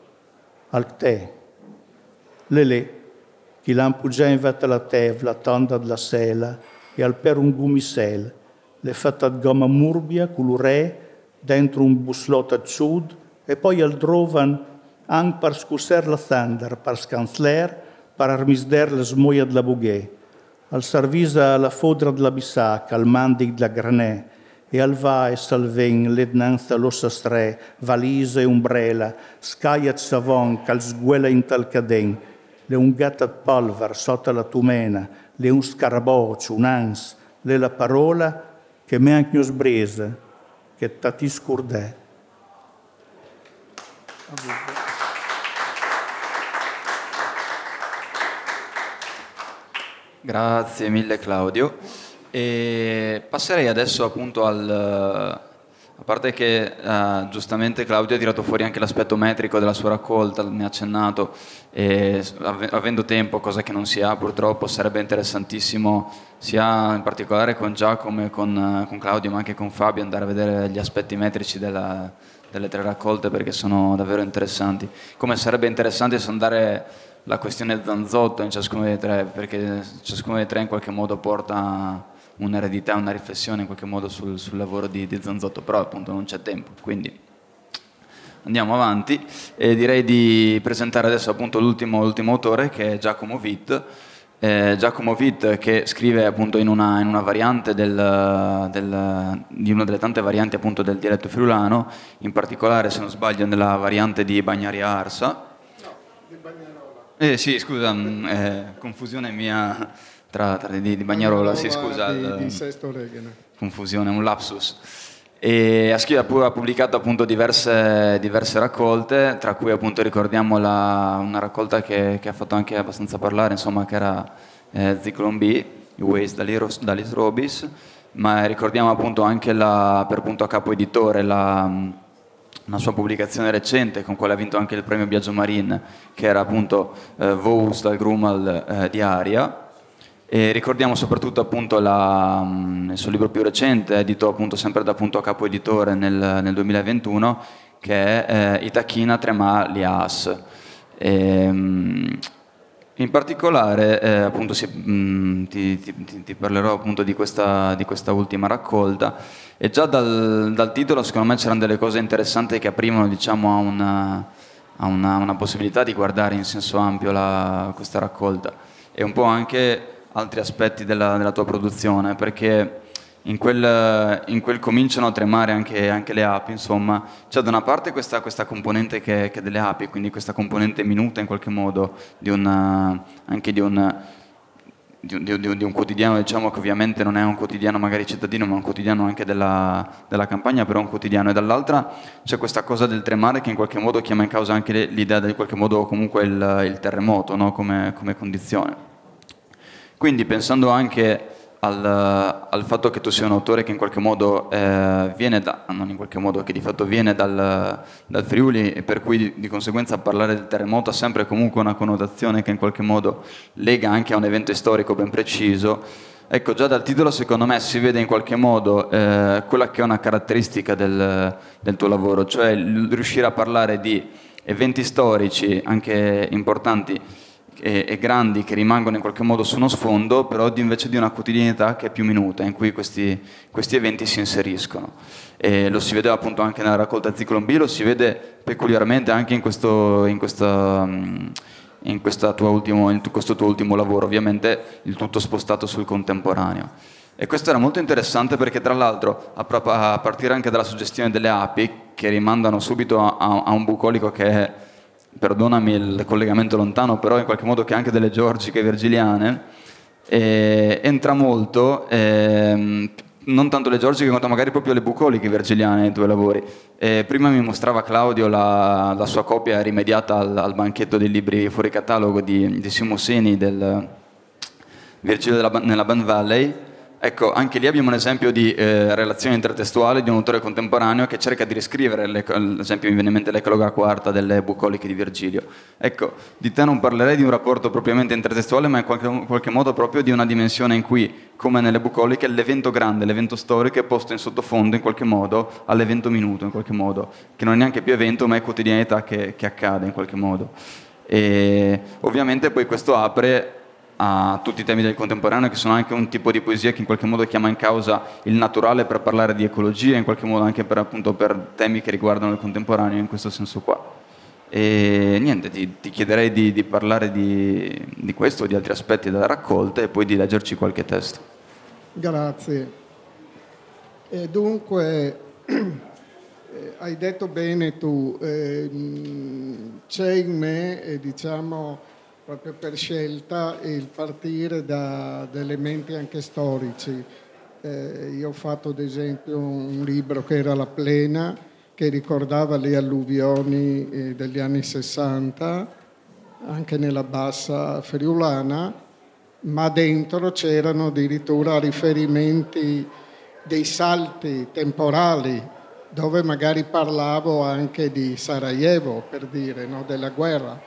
Alctè. Lelè, chi l'ampugia in vetta la tevla, tonda della sela, e al per un gumisel, le fatta di gomma murbia, culurè, dentro un buslot acciud, e poi al drovan anche per scusser la sander, per scansler, per armisder la smoia della bugè, al servisa alla fodra della bisacca, al mandic della granè, e al va e salven l'ednanza l'ossa stre, valise e umbrella, scaia savon, cal sguela in tal caden, le un gatta polver sotto la tumena, le un scaraboccio, un ans, le la parola che me anche sbrese, che tati scurdè. Grazie mille Claudio. E passerei adesso appunto A parte che giustamente Claudio ha tirato fuori anche l'aspetto metrico della sua raccolta, ne ha accennato, e avendo tempo, cosa che non si ha purtroppo, sarebbe interessantissimo sia in particolare con Giacomo e con Claudio, ma anche con Fabio, andare a vedere gli aspetti metrici delle 3 raccolte, perché sono davvero interessanti. Come sarebbe interessante sondare la questione Zanzotto in ciascuno dei 3, perché ciascuno dei 3 in qualche modo porta un'eredità, una riflessione in qualche modo sul lavoro di Zanzotto, però appunto non c'è tempo, quindi andiamo avanti e direi di presentare adesso appunto l'ultimo autore, che è Giacomo Witt. Giacomo Witt, che scrive appunto in una variante di una delle tante varianti appunto del dialetto friulano, in particolare, se non sbaglio, nella variante di Bagnaria Arsa. No, di Bagnarola. Sì, scusa, confusione mia di Bagnarola, sì, scusa. Di Sesto Regene. Confusione, un lapsus. E ha pubblicato appunto diverse raccolte, tra cui appunto ricordiamo una raccolta che ha fatto anche abbastanza parlare, insomma, che era Zyklon B, i Ways Dalis Robis, ma ricordiamo appunto anche per punto a capo editore una sua pubblicazione recente con quale ha vinto anche il premio Biagio Marin, che era appunto Vous dal Grumal di Aria. E ricordiamo soprattutto appunto il suo libro più recente, edito appunto sempre da Punto a Capo Editore nel 2021, che è Itachina Trema Lias. In particolare appunto ti parlerò appunto di questa ultima raccolta, e già dal titolo secondo me c'erano delle cose interessanti che aprivano, diciamo, a una possibilità di guardare in senso ampio questa raccolta, e un po' anche altri aspetti della tua produzione, perché in quel cominciano a tremare anche le api, insomma. C'è da una parte questa componente che è delle api, quindi questa componente minuta in qualche modo di un quotidiano, diciamo, che ovviamente non è un quotidiano magari cittadino, ma un quotidiano anche della campagna, però un quotidiano, e dall'altra c'è questa cosa del tremare che in qualche modo chiama in causa anche l'idea di qualche modo comunque il terremoto, no? come condizione. Quindi pensando anche al fatto che tu sia un autore che in qualche modo non in qualche modo, che di fatto viene dal Friuli, e per cui di conseguenza parlare del terremoto ha sempre comunque una connotazione che in qualche modo lega anche a un evento storico ben preciso. Ecco, già dal titolo secondo me si vede in qualche modo quella che è una caratteristica del tuo lavoro, cioè riuscire a parlare di eventi storici anche importanti e grandi, che rimangono in qualche modo su uno sfondo, però invece di una quotidianità che è più minuta, in cui questi eventi si inseriscono. E lo si vedeva appunto anche nella raccolta Zyklon B, lo si vede peculiarmente anche in questo tuo ultimo lavoro, ovviamente il tutto spostato sul contemporaneo. E questo era molto interessante perché, tra l'altro, a partire anche dalla suggestione delle api, che rimandano subito a un bucolico che è, perdonami il collegamento lontano, però in qualche modo che è anche delle georgiche virgiliane, entra molto, non tanto le georgiche quanto magari proprio le bucoliche virgiliane nei tuoi lavori. Prima mi mostrava Claudio la sua copia rimediata al banchetto dei libri fuori catalogo di Simo Seni, del Virgilio nella Band Valley. Ecco, anche lì abbiamo un esempio di relazione intertestuale di un autore contemporaneo che cerca di riscrivere, ad esempio mi viene in mente l'ecloga quarta delle bucoliche di Virgilio. Ecco, di te non parlerei di un rapporto propriamente intertestuale, ma in qualche modo proprio di una dimensione in cui, come nelle bucoliche, l'evento grande, l'evento storico è posto in sottofondo in qualche modo all'evento minuto, in qualche modo, che non è neanche più evento, ma è quotidianità che accade in qualche modo. E ovviamente poi questo apre a tutti i temi del contemporaneo, che sono anche un tipo di poesia che in qualche modo chiama in causa il naturale per parlare di ecologia, in qualche modo anche per temi che riguardano il contemporaneo, in questo senso qua. E niente, ti chiederei di parlare di questo, di altri aspetti della raccolta, e poi di leggerci qualche testo. Grazie. Dunque, hai detto bene tu, c'è in me, diciamo, proprio per scelta, il partire da elementi anche storici. Io ho fatto ad esempio un libro che era La Plena, che ricordava le alluvioni degli anni 60, anche nella bassa friulana, ma dentro c'erano addirittura riferimenti dei salti temporali dove magari parlavo anche di Sarajevo, per dire, no? Della guerra.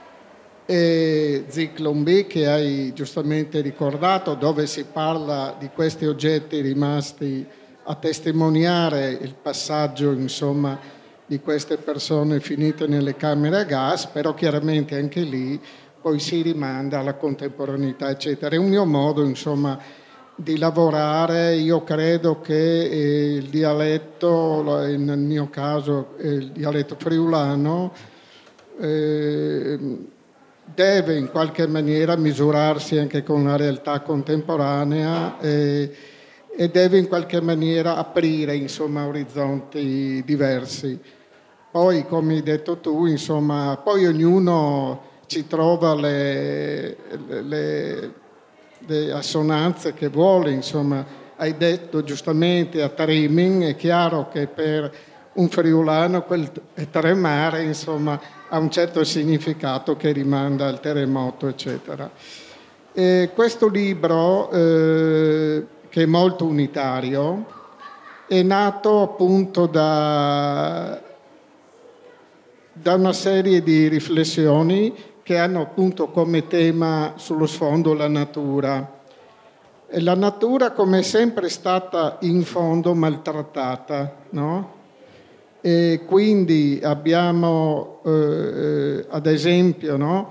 E Zyklon B, che hai giustamente ricordato, dove si parla di questi oggetti rimasti a testimoniare il passaggio, insomma, di queste persone finite nelle camere a gas, però chiaramente anche lì poi si rimanda alla contemporaneità, eccetera. È un mio modo, insomma, di lavorare. Io credo che il dialetto, nel mio caso il dialetto friulano, deve in qualche maniera misurarsi anche con la realtà contemporanea e deve in qualche maniera aprire, insomma, orizzonti diversi. Poi, come hai detto tu, insomma, poi ognuno ci trova le assonanze che vuole, insomma. Hai detto giustamente a Trimming, è chiaro che per un friulano quel tremare, insomma, ha un certo significato che rimanda al terremoto, eccetera. E questo libro, che è molto unitario, è nato appunto da una serie di riflessioni che hanno appunto come tema sullo sfondo la natura. E la natura, come è sempre stata in fondo maltrattata, no? E quindi abbiamo ad esempio, no?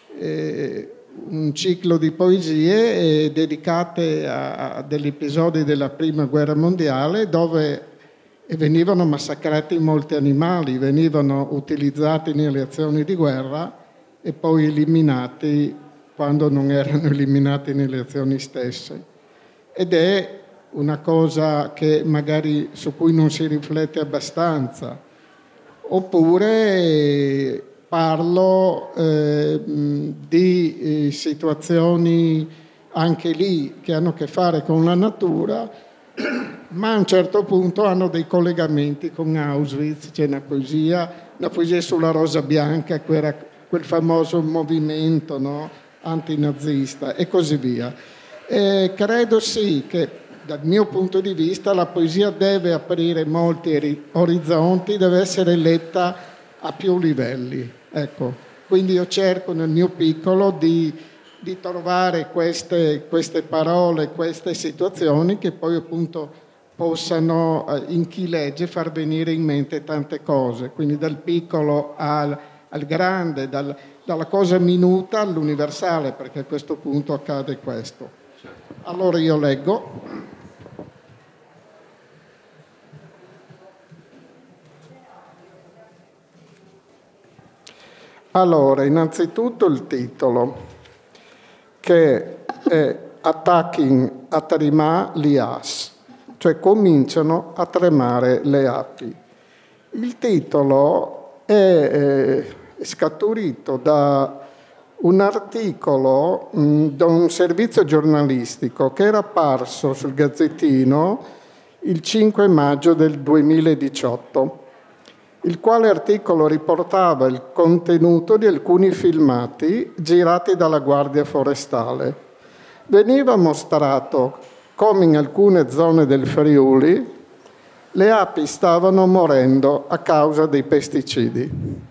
Un ciclo di poesie dedicate a degli episodi della Prima Guerra Mondiale, dove venivano massacrati molti animali, venivano utilizzati nelle azioni di guerra e poi eliminati quando non erano eliminati nelle azioni stesse. Ed è una cosa che magari su cui non si riflette abbastanza. Oppure parlo di situazioni anche lì che hanno a che fare con la natura, ma a un certo punto hanno dei collegamenti con Auschwitz. C'è una poesia sulla rosa bianca, quel famoso movimento, no? Antinazista e così via. Credo sì che dal mio punto di vista la poesia deve aprire molti orizzonti, deve essere letta a più livelli. Ecco. Quindi io cerco nel mio piccolo di trovare queste parole, queste situazioni che poi appunto possano in chi legge far venire in mente tante cose. Quindi dal piccolo al grande, dalla cosa minuta all'universale, perché a questo punto accade questo. Allora io leggo. Allora, innanzitutto il titolo, che è Attacking Atrima Lias, cioè cominciano a tremare le api. Il titolo è scaturito da un articolo da un servizio giornalistico che era apparso sul Gazzettino il 5 maggio del 2018, il quale articolo riportava il contenuto di alcuni filmati girati dalla Guardia Forestale. Veniva mostrato come in alcune zone del Friuli le api stavano morendo a causa dei pesticidi.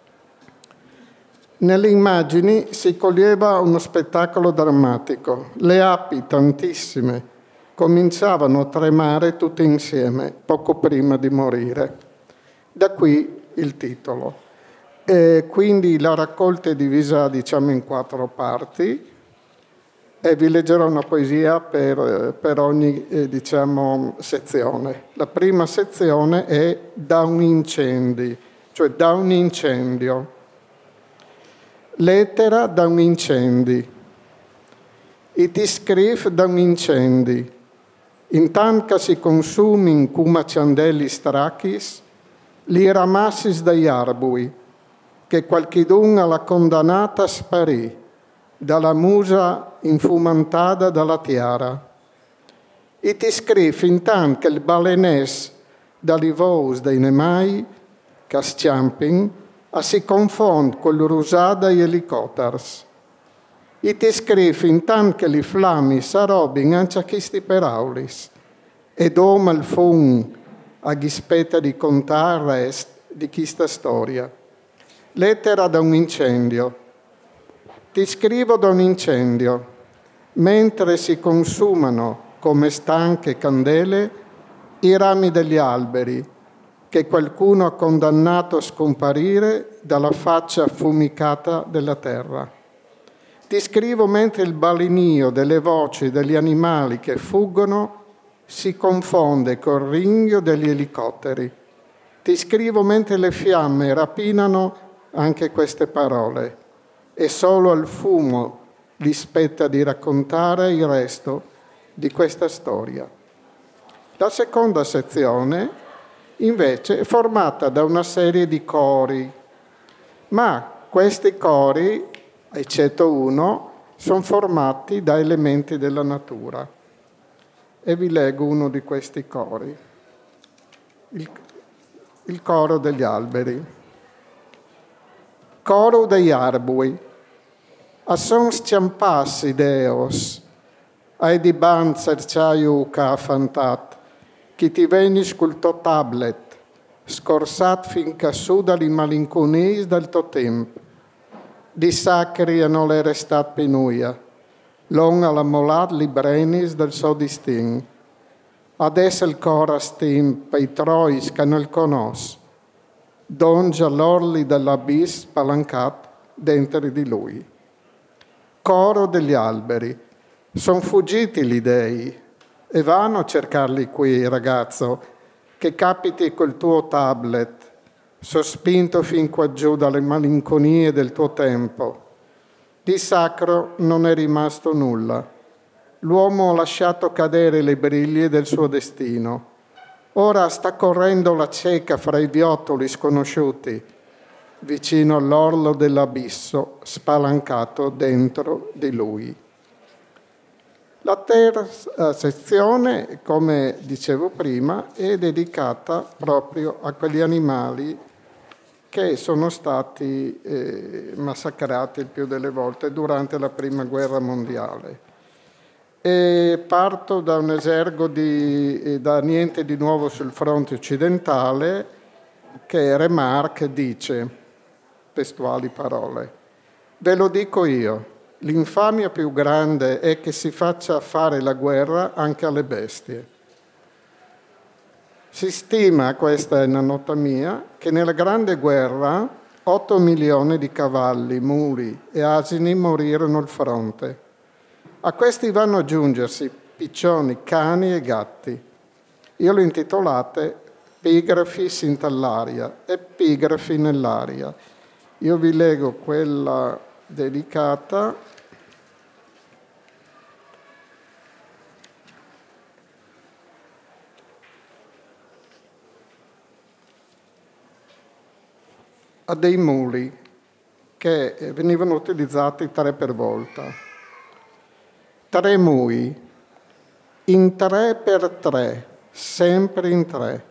Nelle immagini si coglieva uno spettacolo drammatico. Le api, tantissime, cominciavano a tremare tutte insieme poco prima di morire. Da qui il titolo. Quindi la raccolta è divisa, diciamo, in 4 parti e vi leggerò una poesia per ogni sezione. La prima sezione è Da un incendio, cioè da un incendio. Lettera da un incendio. It scrif da un incendio. Intant che si consumi in cuma ciandelli strachis, li ramassis dagli arbui, che qualchidun alla condannata sparì, dalla musa infumantata dalla tiara. It scrif intant che il balenès dagli vous dei nemai, che sciampin, a si confond con l'urusada e elicotters. It scrif intant che li flammi s'arrobin anciachisti per aulis, ed oma il fun a chi spetta di contare il resto di questa storia. Lettera da un incendio. Ti scrivo da un incendio, mentre si consumano come stanche candele i rami degli alberi che qualcuno ha condannato a scomparire dalla faccia affumicata della terra. Ti scrivo mentre il balinio delle voci degli animali che fuggono si confonde col ringhio degli elicotteri. Ti scrivo mentre le fiamme rapinano anche queste parole e solo al fumo gli spetta di raccontare il resto di questa storia. La seconda sezione, invece, è formata da una serie di cori, ma questi cori, eccetto uno, sono formati da elementi della natura. E vi leggo uno di questi cori, il coro degli alberi. Coro degli arbui, a son sciampassi deos, ai di ban cerciaiu ca fantat, chi ti venis cul to tablet, scorsat finca su dali malinconis del to temp, di sacri e non le restat penuia, long alla molat librenis del so distin, ades il cora stim pei trois che non conos, dongia l'orli dell'abiss spalancat dentro di lui. Coro degli alberi, son fuggiti gli dei, e vanno a cercarli qui, ragazzo, che capiti col tuo tablet, sospinto fin qua giù dalle malinconie del tuo tempo. Di sacro non è rimasto nulla. L'uomo ha lasciato cadere le briglie del suo destino. Ora sta correndo la cieca fra i viottoli sconosciuti, vicino all'orlo dell'abisso, spalancato dentro di lui. La terza sezione, come dicevo prima, è dedicata proprio a quegli animali che sono stati massacrati il più delle volte durante la Prima Guerra Mondiale. E parto da un esergo da niente di nuovo sul fronte occidentale, che Remarque dice, testuali parole, ve lo dico io, l'infamia più grande è che si faccia fare la guerra anche alle bestie. Si stima, questa è una nota mia, che nella Grande Guerra 8 milioni di cavalli, muli e asini morirono al fronte. A questi vanno ad aggiungersi piccioni, cani e gatti. Io l'ho intitolate Epigrafi sintallaria, epigrafi nell'aria. Io vi leggo quella dedicata a dei muli che venivano utilizzati 3 per volta. 3 mui, in 3 per 3, sempre in 3.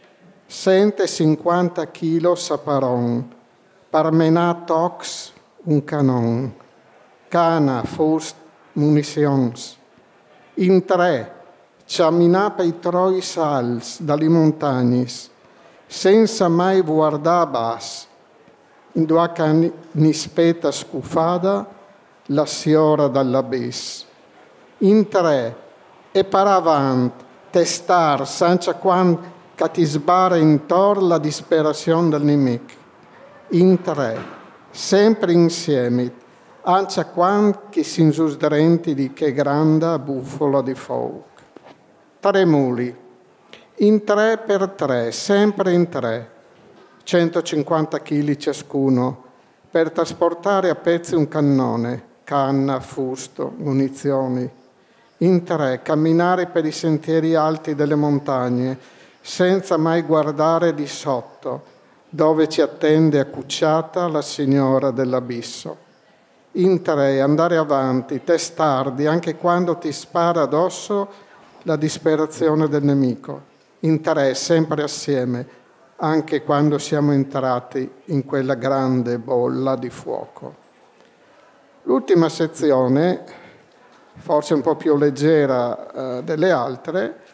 150 kg saparon, parmenà tox un canon, cana, fust, munitions. In 3, camminà pei troi sals dalle montagnes, senza mai guardar bas, in 2 cani nispeta scufada la siora dall'abiss. In 3, e paravant, testar, senza quan che ti sbarra intorno la disperazione del nemico. In 3, sempre insieme, anche quan che si insusdrenti di che grande bufala di fuoco. 3 muli, in 3 per 3, sempre in 3, 150 kg ciascuno, per trasportare a pezzi un cannone, canna, fusto, munizioni. In 3, camminare per i sentieri alti delle montagne, senza mai guardare di sotto, dove ci attende accucciata la signora dell'abisso. In 3, andare avanti, testardi, anche quando ti spara addosso la disperazione del nemico. In 3, sempre assieme, anche quando siamo entrati in quella grande bolla di fuoco. L'ultima sezione, forse un po' più leggera delle altre,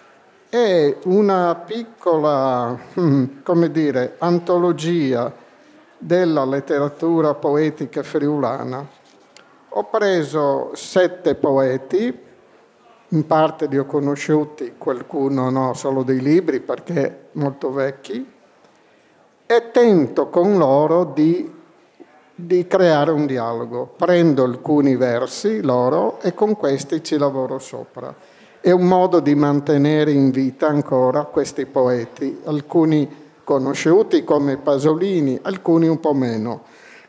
è una piccola, come dire, antologia della letteratura poetica friulana. Ho preso 7 poeti, in parte li ho conosciuti, qualcuno no, solo dei libri perché molto vecchi, e tento con loro di creare un dialogo. Prendo alcuni versi loro e con questi ci lavoro sopra. È un modo di mantenere in vita ancora questi poeti, alcuni conosciuti come Pasolini, alcuni un po' meno.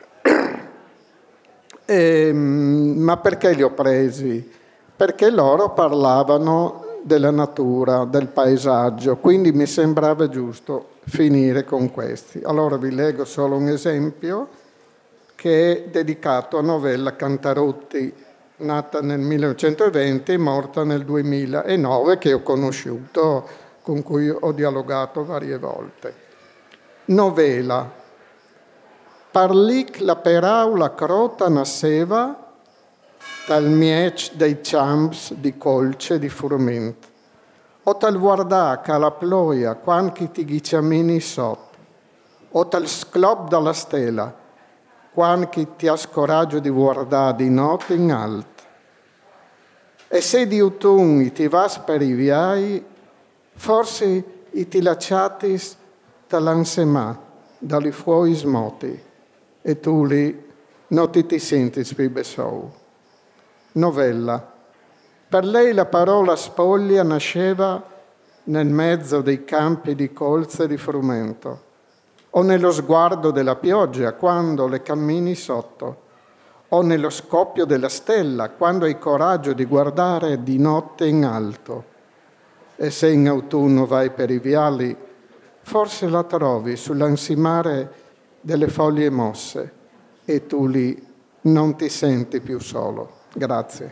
Ma perché li ho presi? Perché loro parlavano della natura, del paesaggio, quindi mi sembrava giusto finire con questi. Allora vi leggo solo un esempio che è dedicato a Novella Cantarotti, nata nel 1920 e morta nel 2009, che ho conosciuto, con cui ho dialogato varie volte. Novella. Parlic la peraula crota nasceva dal miec dei champs di colce di frumento, o tal guardà che la ploia quanchi ti ghiciamini sotto, o tal sclop dalla stella, quanchi ti ha scoraggio di guardare di notte in alto. E se di autunni ti vas per i viai, forse i ti lasciatis dall'ansemà, dagli fuoi smoti, e tu lì non ti senti spibesou. Novella. Per lei la parola spoglia nasceva nel mezzo dei campi di colza e di frumento, o nello sguardo della pioggia quando le cammini sotto, o nello scoppio della stella quando hai coraggio di guardare di notte in alto. E se in autunno vai per i viali, forse la trovi sull'ansimare delle foglie mosse e tu lì non ti senti più solo. Grazie.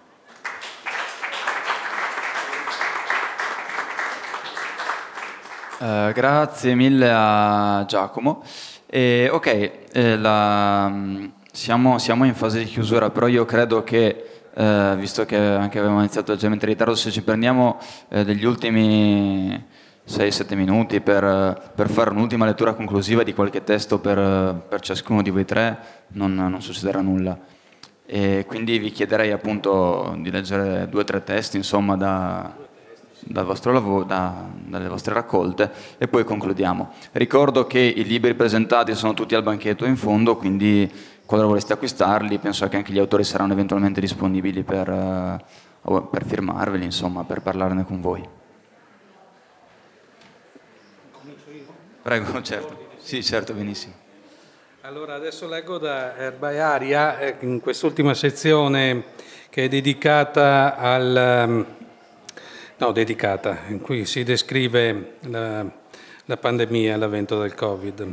Grazie mille a Giacomo. Siamo in fase di chiusura, però io credo che, visto che anche avevamo iniziato leggermente in ritardo, se ci prendiamo degli ultimi 6-7 minuti per fare un'ultima lettura conclusiva di qualche testo per ciascuno di voi tre, non succederà nulla. E quindi vi chiederei appunto di leggere 2 o 3 testi, insomma, dal vostro lavoro, dalle vostre raccolte, e poi concludiamo. Ricordo che i libri presentati sono tutti al banchetto in fondo, quindi qualora voleste acquistarli, penso che anche gli autori saranno eventualmente disponibili per firmarveli, insomma, per parlarne con voi. Prego, certo. Sì, certo, benissimo. Allora, adesso leggo da Erbaiaria, in quest'ultima sezione che è dedicata in cui si descrive la pandemia, l'avvento del Covid.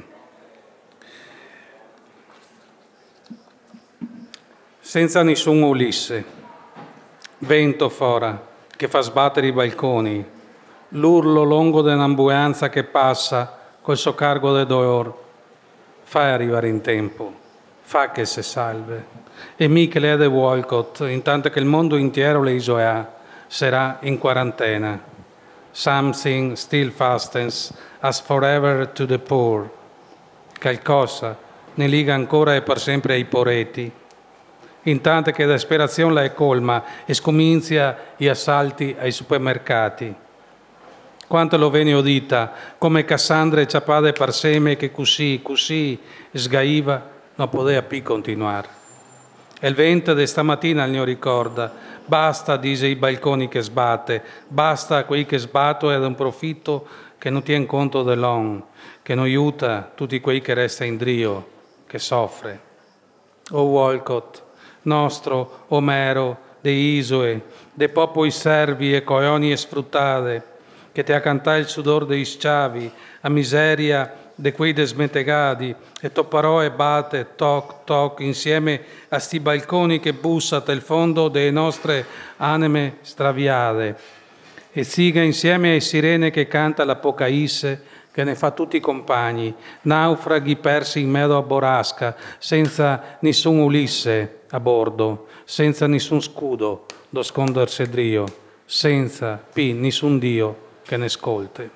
Senza nessun Ulisse, vento fora che fa sbattere i balconi, l'urlo lungo dell'ambulanza che passa col suo cargo de dolor. Fai arrivare in tempo, fa che se salve. E Michele de Walcott, intanto che il mondo intero le isola sarà in quarantena. Something still fastens as forever to the poor. Qualcosa ne liga ancora e per sempre ai poreti. Intanto che la disperazione la è colma e scomincia gli assalti ai supermercati. Quanto lo venne udita, come Cassandra e Ciapade per seme che così sgaiva, non poteva più continuare. E il vento di stamattina ne ricorda, basta, dice i balconi che sbatte, basta quei che sbatto ed è un profitto che non tiene conto dell'on, che non aiuta tutti quei che resta in drio, che soffre. O Walcott, nostro Omero, de Isoe, de popoli servi e coionie sfruttate, che ti ha cantato il sudor dei schiavi, a miseria di quei desmentegati, e to parole batte, toc, toc, insieme a sti balconi che bussate il fondo delle nostre anime straviate, e siga insieme ai sirene che canta l'Apocalisse, che ne fa tutti i compagni, naufraghi persi in mezzo a borrasca, senza nessun Ulisse a bordo, senza nessun scudo da scondersi drio, senza nessun Dio che ne ascolti.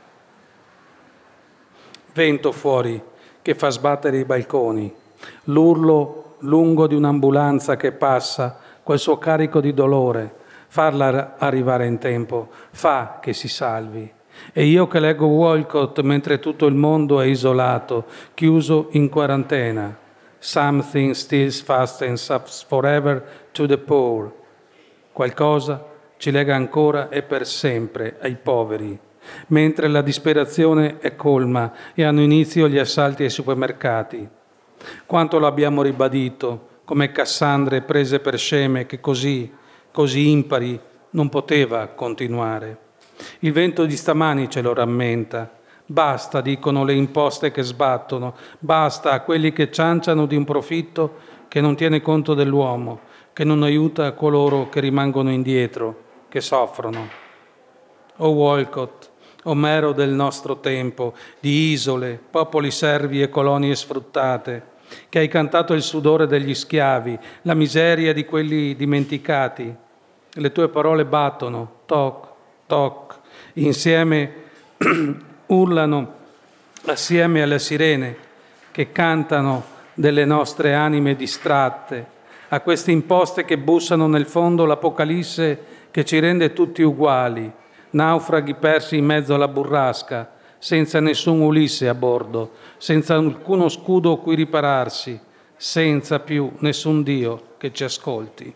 Vento fuori che fa sbattere i balconi, l'urlo lungo di un'ambulanza che passa, quel suo carico di dolore, farla arrivare in tempo, fa che si salvi. E io che leggo Walcott mentre tutto il mondo è isolato, chiuso in quarantena. Something stills fast and subs forever to the poor. Qualcosa ci lega ancora e per sempre ai poveri, mentre la disperazione è colma e hanno inizio gli assalti ai supermercati. Quanto lo abbiamo ribadito, come Cassandre prese per sceme che così impari non poteva continuare. Il vento di stamani ce lo rammenta. Basta, dicono le imposte che sbattono, basta a quelli che cianciano di un profitto che non tiene conto dell'uomo, che non aiuta coloro che rimangono indietro, che soffrono. O Walcott, Omero del nostro tempo, di isole, popoli servi e colonie sfruttate, che hai cantato il sudore degli schiavi, la miseria di quelli dimenticati. Le tue parole battono, toc, toc, insieme urlano assieme alle sirene che cantano delle nostre anime distratte, a queste imposte che bussano nel fondo l'apocalisse che ci rende tutti uguali, naufraghi persi in mezzo alla burrasca, senza nessun Ulisse a bordo, senza alcuno scudo a cui ripararsi, senza più nessun Dio che ci ascolti.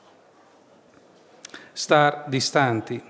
Star distanti,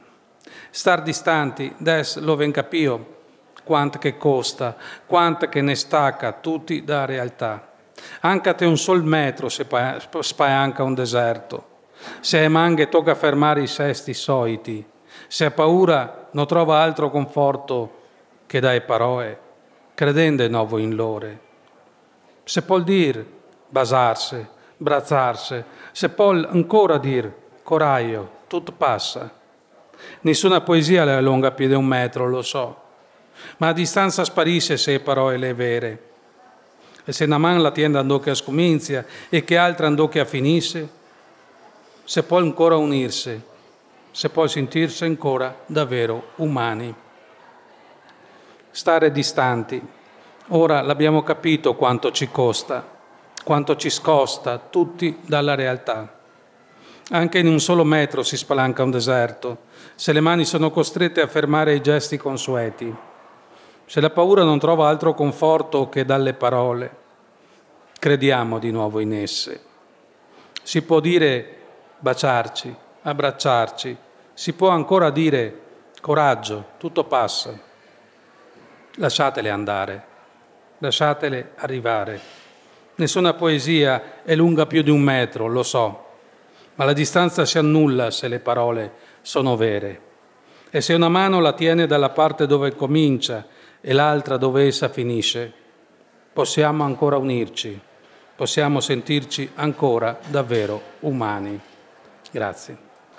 des lo ven capio, quanto che costa, quanto che ne stacca tutti da realtà. Anche a te un sol metro se spalanca un deserto, se hai manghe tocca fermare i sesti soliti, se ha paura non trova altro conforto che dai parole, credendo nuovo in lore. Se può dir basarse, brazzarse, se può ancora dir coraggio, tutto passa. Nessuna poesia le allunga più di un metro, lo so, ma a distanza sparisce se parole le vere. E se una man la tienda andò che a scominzia e che altra andò che a finisse, se può ancora unirsi, se può sentirsi ancora davvero umani. Stare distanti, ora l'abbiamo capito quanto ci costa, quanto ci scosta tutti dalla realtà. Anche in un solo metro si spalanca un deserto, se le mani sono costrette a fermare i gesti consueti, se la paura non trova altro conforto che dalle parole, crediamo di nuovo in esse. Si può dire baciarci, abbracciarci, si può ancora dire coraggio, tutto passa. Lasciatele andare, lasciatele arrivare. Nessuna poesia è lunga più di un metro, lo so, ma la distanza si annulla se le parole sono vere. E se una mano la tiene dalla parte dove comincia e l'altra dove essa finisce, possiamo ancora unirci, possiamo sentirci ancora davvero umani. Grazie.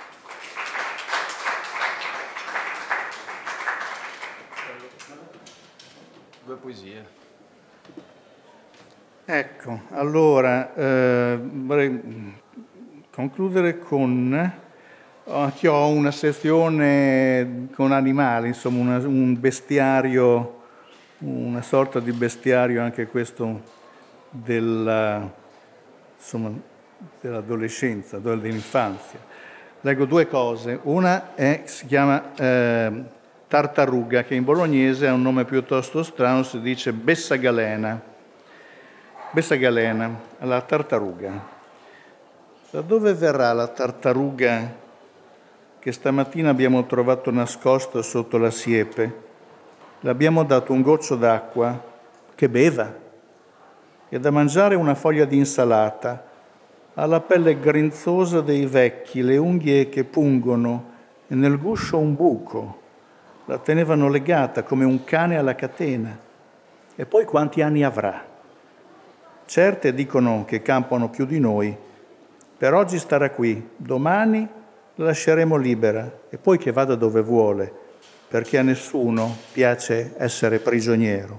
Due poesie. Ecco, allora vorrei concludere con... Anche io ho una sezione con animali, insomma un bestiario, una sorta di bestiario anche questo dell'adolescenza, dell'infanzia. Leggo due cose. Una si chiama tartaruga, che in bolognese ha un nome piuttosto strano, si dice Bessagalena. Bessagalena, la tartaruga. Da dove verrà la tartaruga che stamattina abbiamo trovato nascosta sotto la siepe? L'abbiamo dato un goccio d'acqua che beva e da mangiare una foglia di insalata, ha la pelle grinzosa dei vecchi, le unghie che pungono e nel guscio un buco. La tenevano legata come un cane alla catena. E poi quanti anni avrà? Certe dicono che campano più di noi. Per oggi starà qui, domani la lasceremo libera e poi che vada dove vuole, perché a nessuno piace essere prigioniero.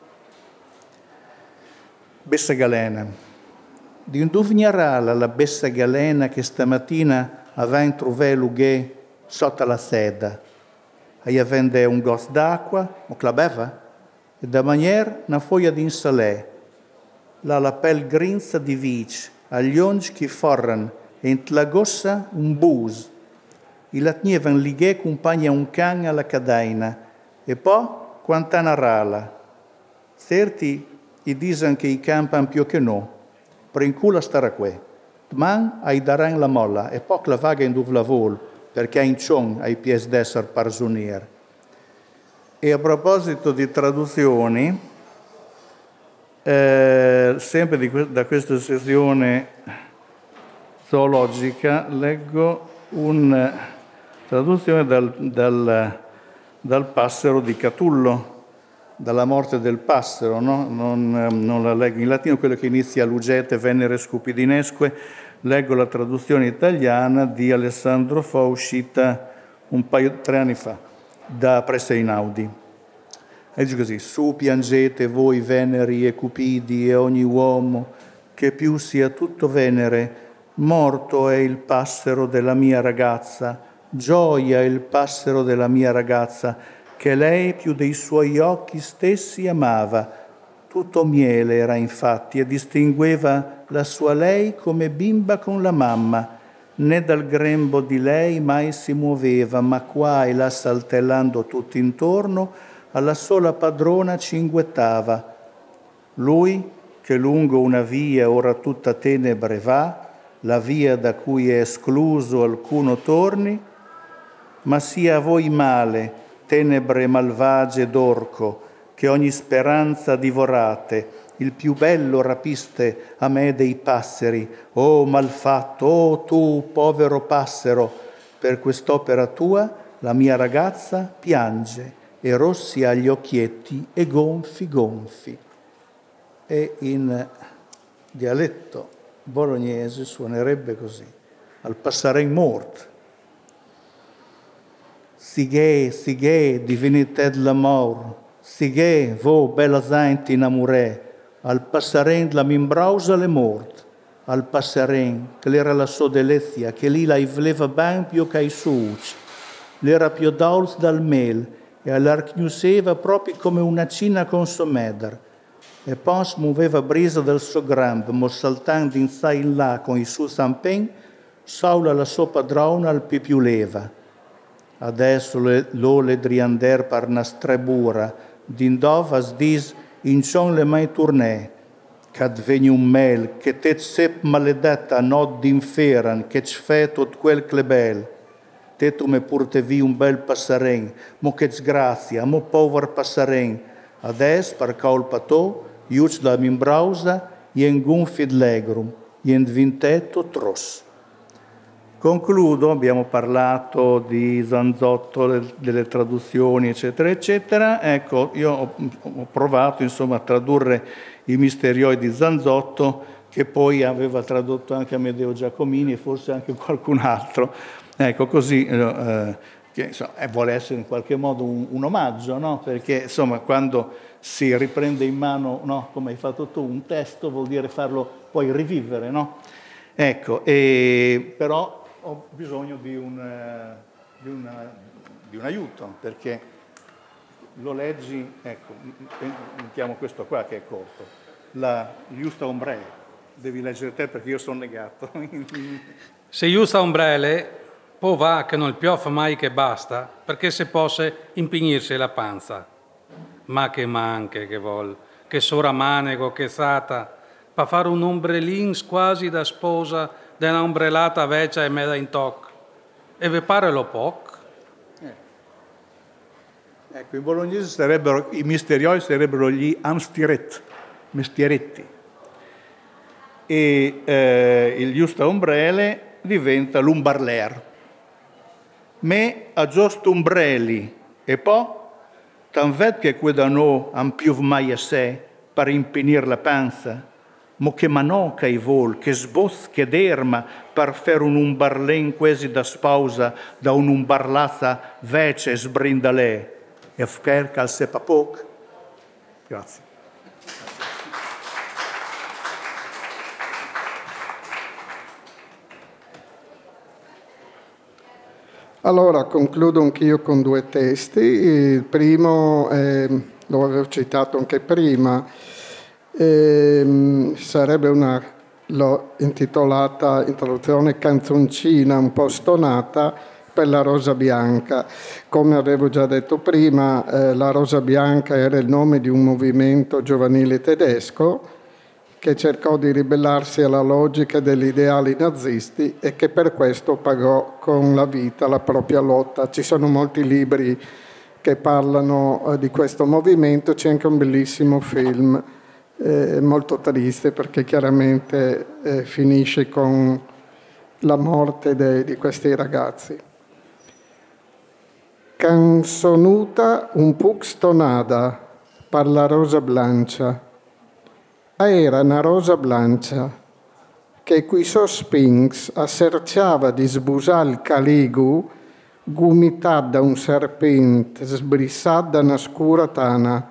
Bessagalena. Di dove verrà la Bessagalena che stamattina aveva trovato l'ughe sotto la seda? aí a vende un gosto d'acqua, o che la beva, e da maniera una foglia di insalè, la pelle grinza di vic, agli ongi che forran, e in la gossa un bus, e la tnievan lighe compagna un can alla cadena, e poi quant'ana rala. Certi i dicono che i campan più che no, per in culo stare qui. Man ai daran la molla, e poi la vaga in dove la vol, perché in cion ai pies d'essere parsonier. E a proposito di traduzioni, sempre da questa sessione zoologica, leggo una traduzione dal Passero di Catullo, dalla morte del passero, no? Non la leggo in latino, quello che inizia Lugete, Venere Scupidinesque, leggo la traduzione italiana di Alessandro Fo, uscita 3 anni fa, da Pressa Einaudi. E dice così: su piangete voi Veneri e Cupidi e ogni uomo, che più sia tutto Venere, morto è il passero della mia ragazza, gioia il passero della mia ragazza, che lei più dei suoi occhi stessi amava. Tutto miele era infatti e distingueva la sua lei come bimba con la mamma, né dal grembo di lei mai si muoveva, ma qua e là saltellando tutto intorno alla sola padrona cinguettava. Lui, che lungo una via ora tutta tenebre va, la via da cui è escluso alcuno torni, ma sia a voi male, tenebre malvagie d'orco, che ogni speranza divorate, il più bello rapiste a me dei passeri. Oh malfatto, oh tu povero passero, per quest'opera tua la mia ragazza piange, e rossi ha gli occhietti e gonfi gonfi. E in dialetto bolognese suonerebbe così: al passaren mort. Sighe, divinità dell'amor, sighe, vo, bella gente in amore, al passaren la mimbrausa le mort, al passaren, che l'era la sua delizia, che lì la voleva ben più che i suci, l'era più dolce dal mel, e all'archiuseva proprio come una cina con someder, e poi muoveva brisa del suo grambo, mo saltando in sa in là con i suoi sampen, saula la sua padrona al pipiuleva. Adesso lo le driander par una strebura, d'indov as dis in cion le mai tournè, c'ad veni un mel, che te sep maledetta not d'inferan, che c'fè tot quel clebel. Te tu me portevi un bel passaren, mo che sgrazia, mo pover passaren. Ades, per colpa to, iuc la mimbrausa, ien gunfid legrum, ien vintetto tros. Concludo, abbiamo parlato di Zanzotto, delle traduzioni, eccetera, eccetera. Ecco, io ho provato, insomma, a tradurre i Misterioi di Zanzotto, che poi aveva tradotto anche Amedeo Giacomini e forse anche qualcun altro. Ecco, così, che insomma, vuole essere in qualche modo un omaggio, no? Perché, insomma, quando si riprende in mano, no, come hai fatto tu, un testo, vuol dire farlo poi rivivere, no? Ecco, però ho bisogno di un aiuto, perché lo leggi, ecco, mettiamo questo qua che è corto, la Giusta Ombrelle, devi leggere te perché io sono negato. Se Giusta Ombrelle, poi va che non piove mai che basta, perché se possa impignirsi la panza. Ma che manche che vol, che sora manego, che sata, per fare un ombrellin quasi da sposa, della ombrellata vecchia e meda in toc. E vi pare lo poc? Ecco, in bolognese i misterioi sarebbero gli mestieretti. E il Giusta Ombrelle diventa l'umbarler. Me a giusto umbrelli e poi, tanvet che qui da noi han più mai a sé per impinir la panza, mo che manoca i vol, che sbos, che derma, per fare un umbarlen quasi da sposa, da un'umbarlazza vece sbrindalè, e fcher cal sepa poc. Grazie. Allora, concludo anch'io con 2 testi. Il primo, lo avevo citato anche prima, sarebbe l'ho intitolata introduzione canzoncina un po' stonata per la Rosa Bianca. Come avevo già detto prima, la Rosa Bianca era il nome di un movimento giovanile tedesco che cercò di ribellarsi alla logica degli ideali nazisti e che per questo pagò con la vita la propria lotta. Ci sono molti libri che parlano di questo movimento, c'è anche un bellissimo film molto triste perché chiaramente finisce con la morte di questi ragazzi. Canzonuta un puc stonada per la Rosa Blancia. Era una rosa blancia che qui sospinx asserciava di sbusar il caligu gumitat da un serpente sbrissat da una scura tana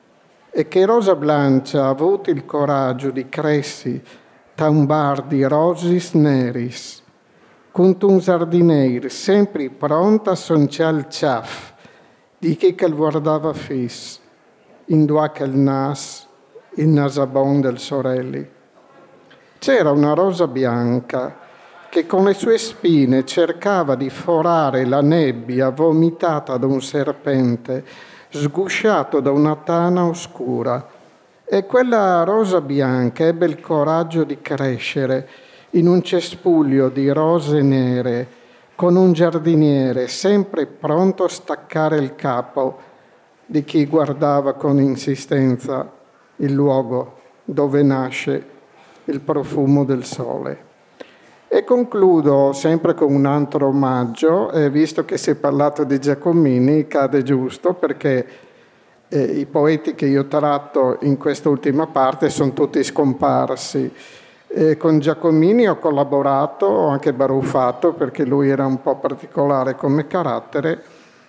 e che Rosa Blancia ha avuto il coraggio di cressi da un bar di rosis neris con un sardineir sempre pronto a sonciare il ciaff di chi che guardava fis in due che il nas il nasabon del Sorelli. C'era una rosa bianca che con le sue spine cercava di forare la nebbia vomitata da un serpente sgusciato da una tana oscura. E quella rosa bianca ebbe il coraggio di crescere in un cespuglio di rose nere con un giardiniere sempre pronto a staccare il capo di chi guardava con insistenza il luogo dove nasce il profumo del sole. E concludo sempre con un altro omaggio, visto che si è parlato di Giacomini, cade giusto perché i poeti che io tratto in quest'ultima parte sono tutti scomparsi. Con Giacomini ho collaborato, ho anche baruffato perché lui era un po' particolare come carattere.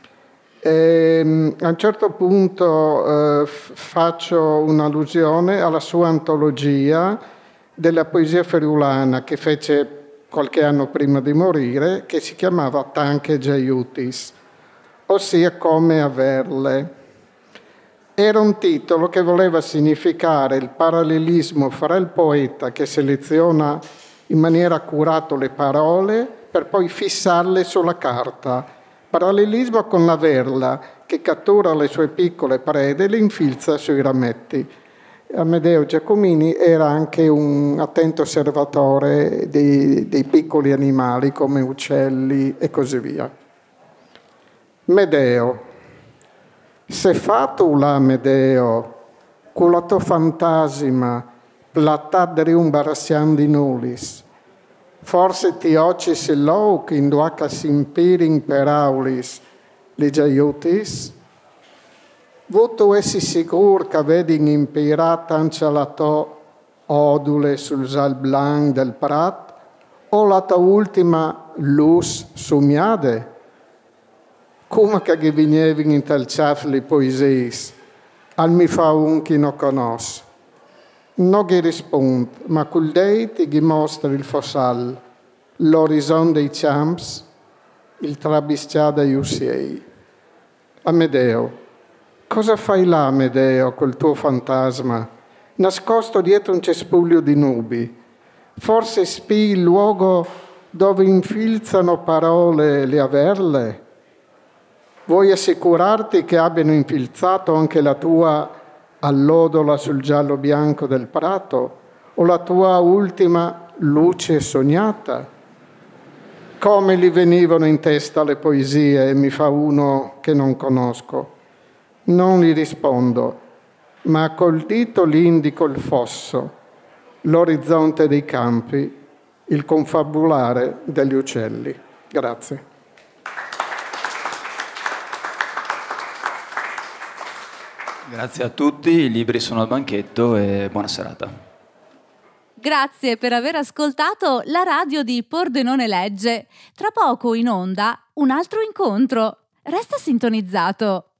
A un certo punto faccio un'allusione alla sua antologia della poesia friulana che fece qualche anno prima di morire, che si chiamava Tanche Giaiutis, ossia Come averle. Era un titolo che voleva significare il parallelismo fra il poeta che seleziona in maniera accurata le parole per poi fissarle sulla carta, parallelismo con l'averla che cattura le sue piccole prede e le infilza sui rametti. Amedeo Giacomini era anche un attento osservatore dei piccoli animali come uccelli e così via. Medeo. Se fatto là Medeo, con la tua fantasima, plattadri un barassian di nullis, forse ti occis loc in duaca simpirin per aulis, li giaiutis? Voto essi sicur che vedi impirata ancialatò odule sul sal blanc del prat, o la tua ultima luz sumiade? Come che vignevin in tal ciaf le poesis, al mi fa un chi non conosce. Non gli risponde, ma col dei ti gli mostra il fossal, l'orizzonte dei champs, il trabiscià dei ussiei. Amedeo, cosa fai là, Amedeo, col tuo fantasma, nascosto dietro un cespuglio di nubi? Forse spii il luogo dove infilzano parole le averle? Vuoi assicurarti che abbiano infilzato anche la tua allodola sul giallo bianco del prato o la tua ultima luce sognata? Come gli venivano in testa le poesie, mi fa uno che non conosco. Non gli rispondo, ma col dito gli indico il fosso, l'orizzonte dei campi, il confabulare degli uccelli. Grazie. Grazie a tutti, i libri sono al banchetto e buona serata. Grazie per aver ascoltato la radio di Pordenone Legge. Tra poco in onda un altro incontro. Resta sintonizzato.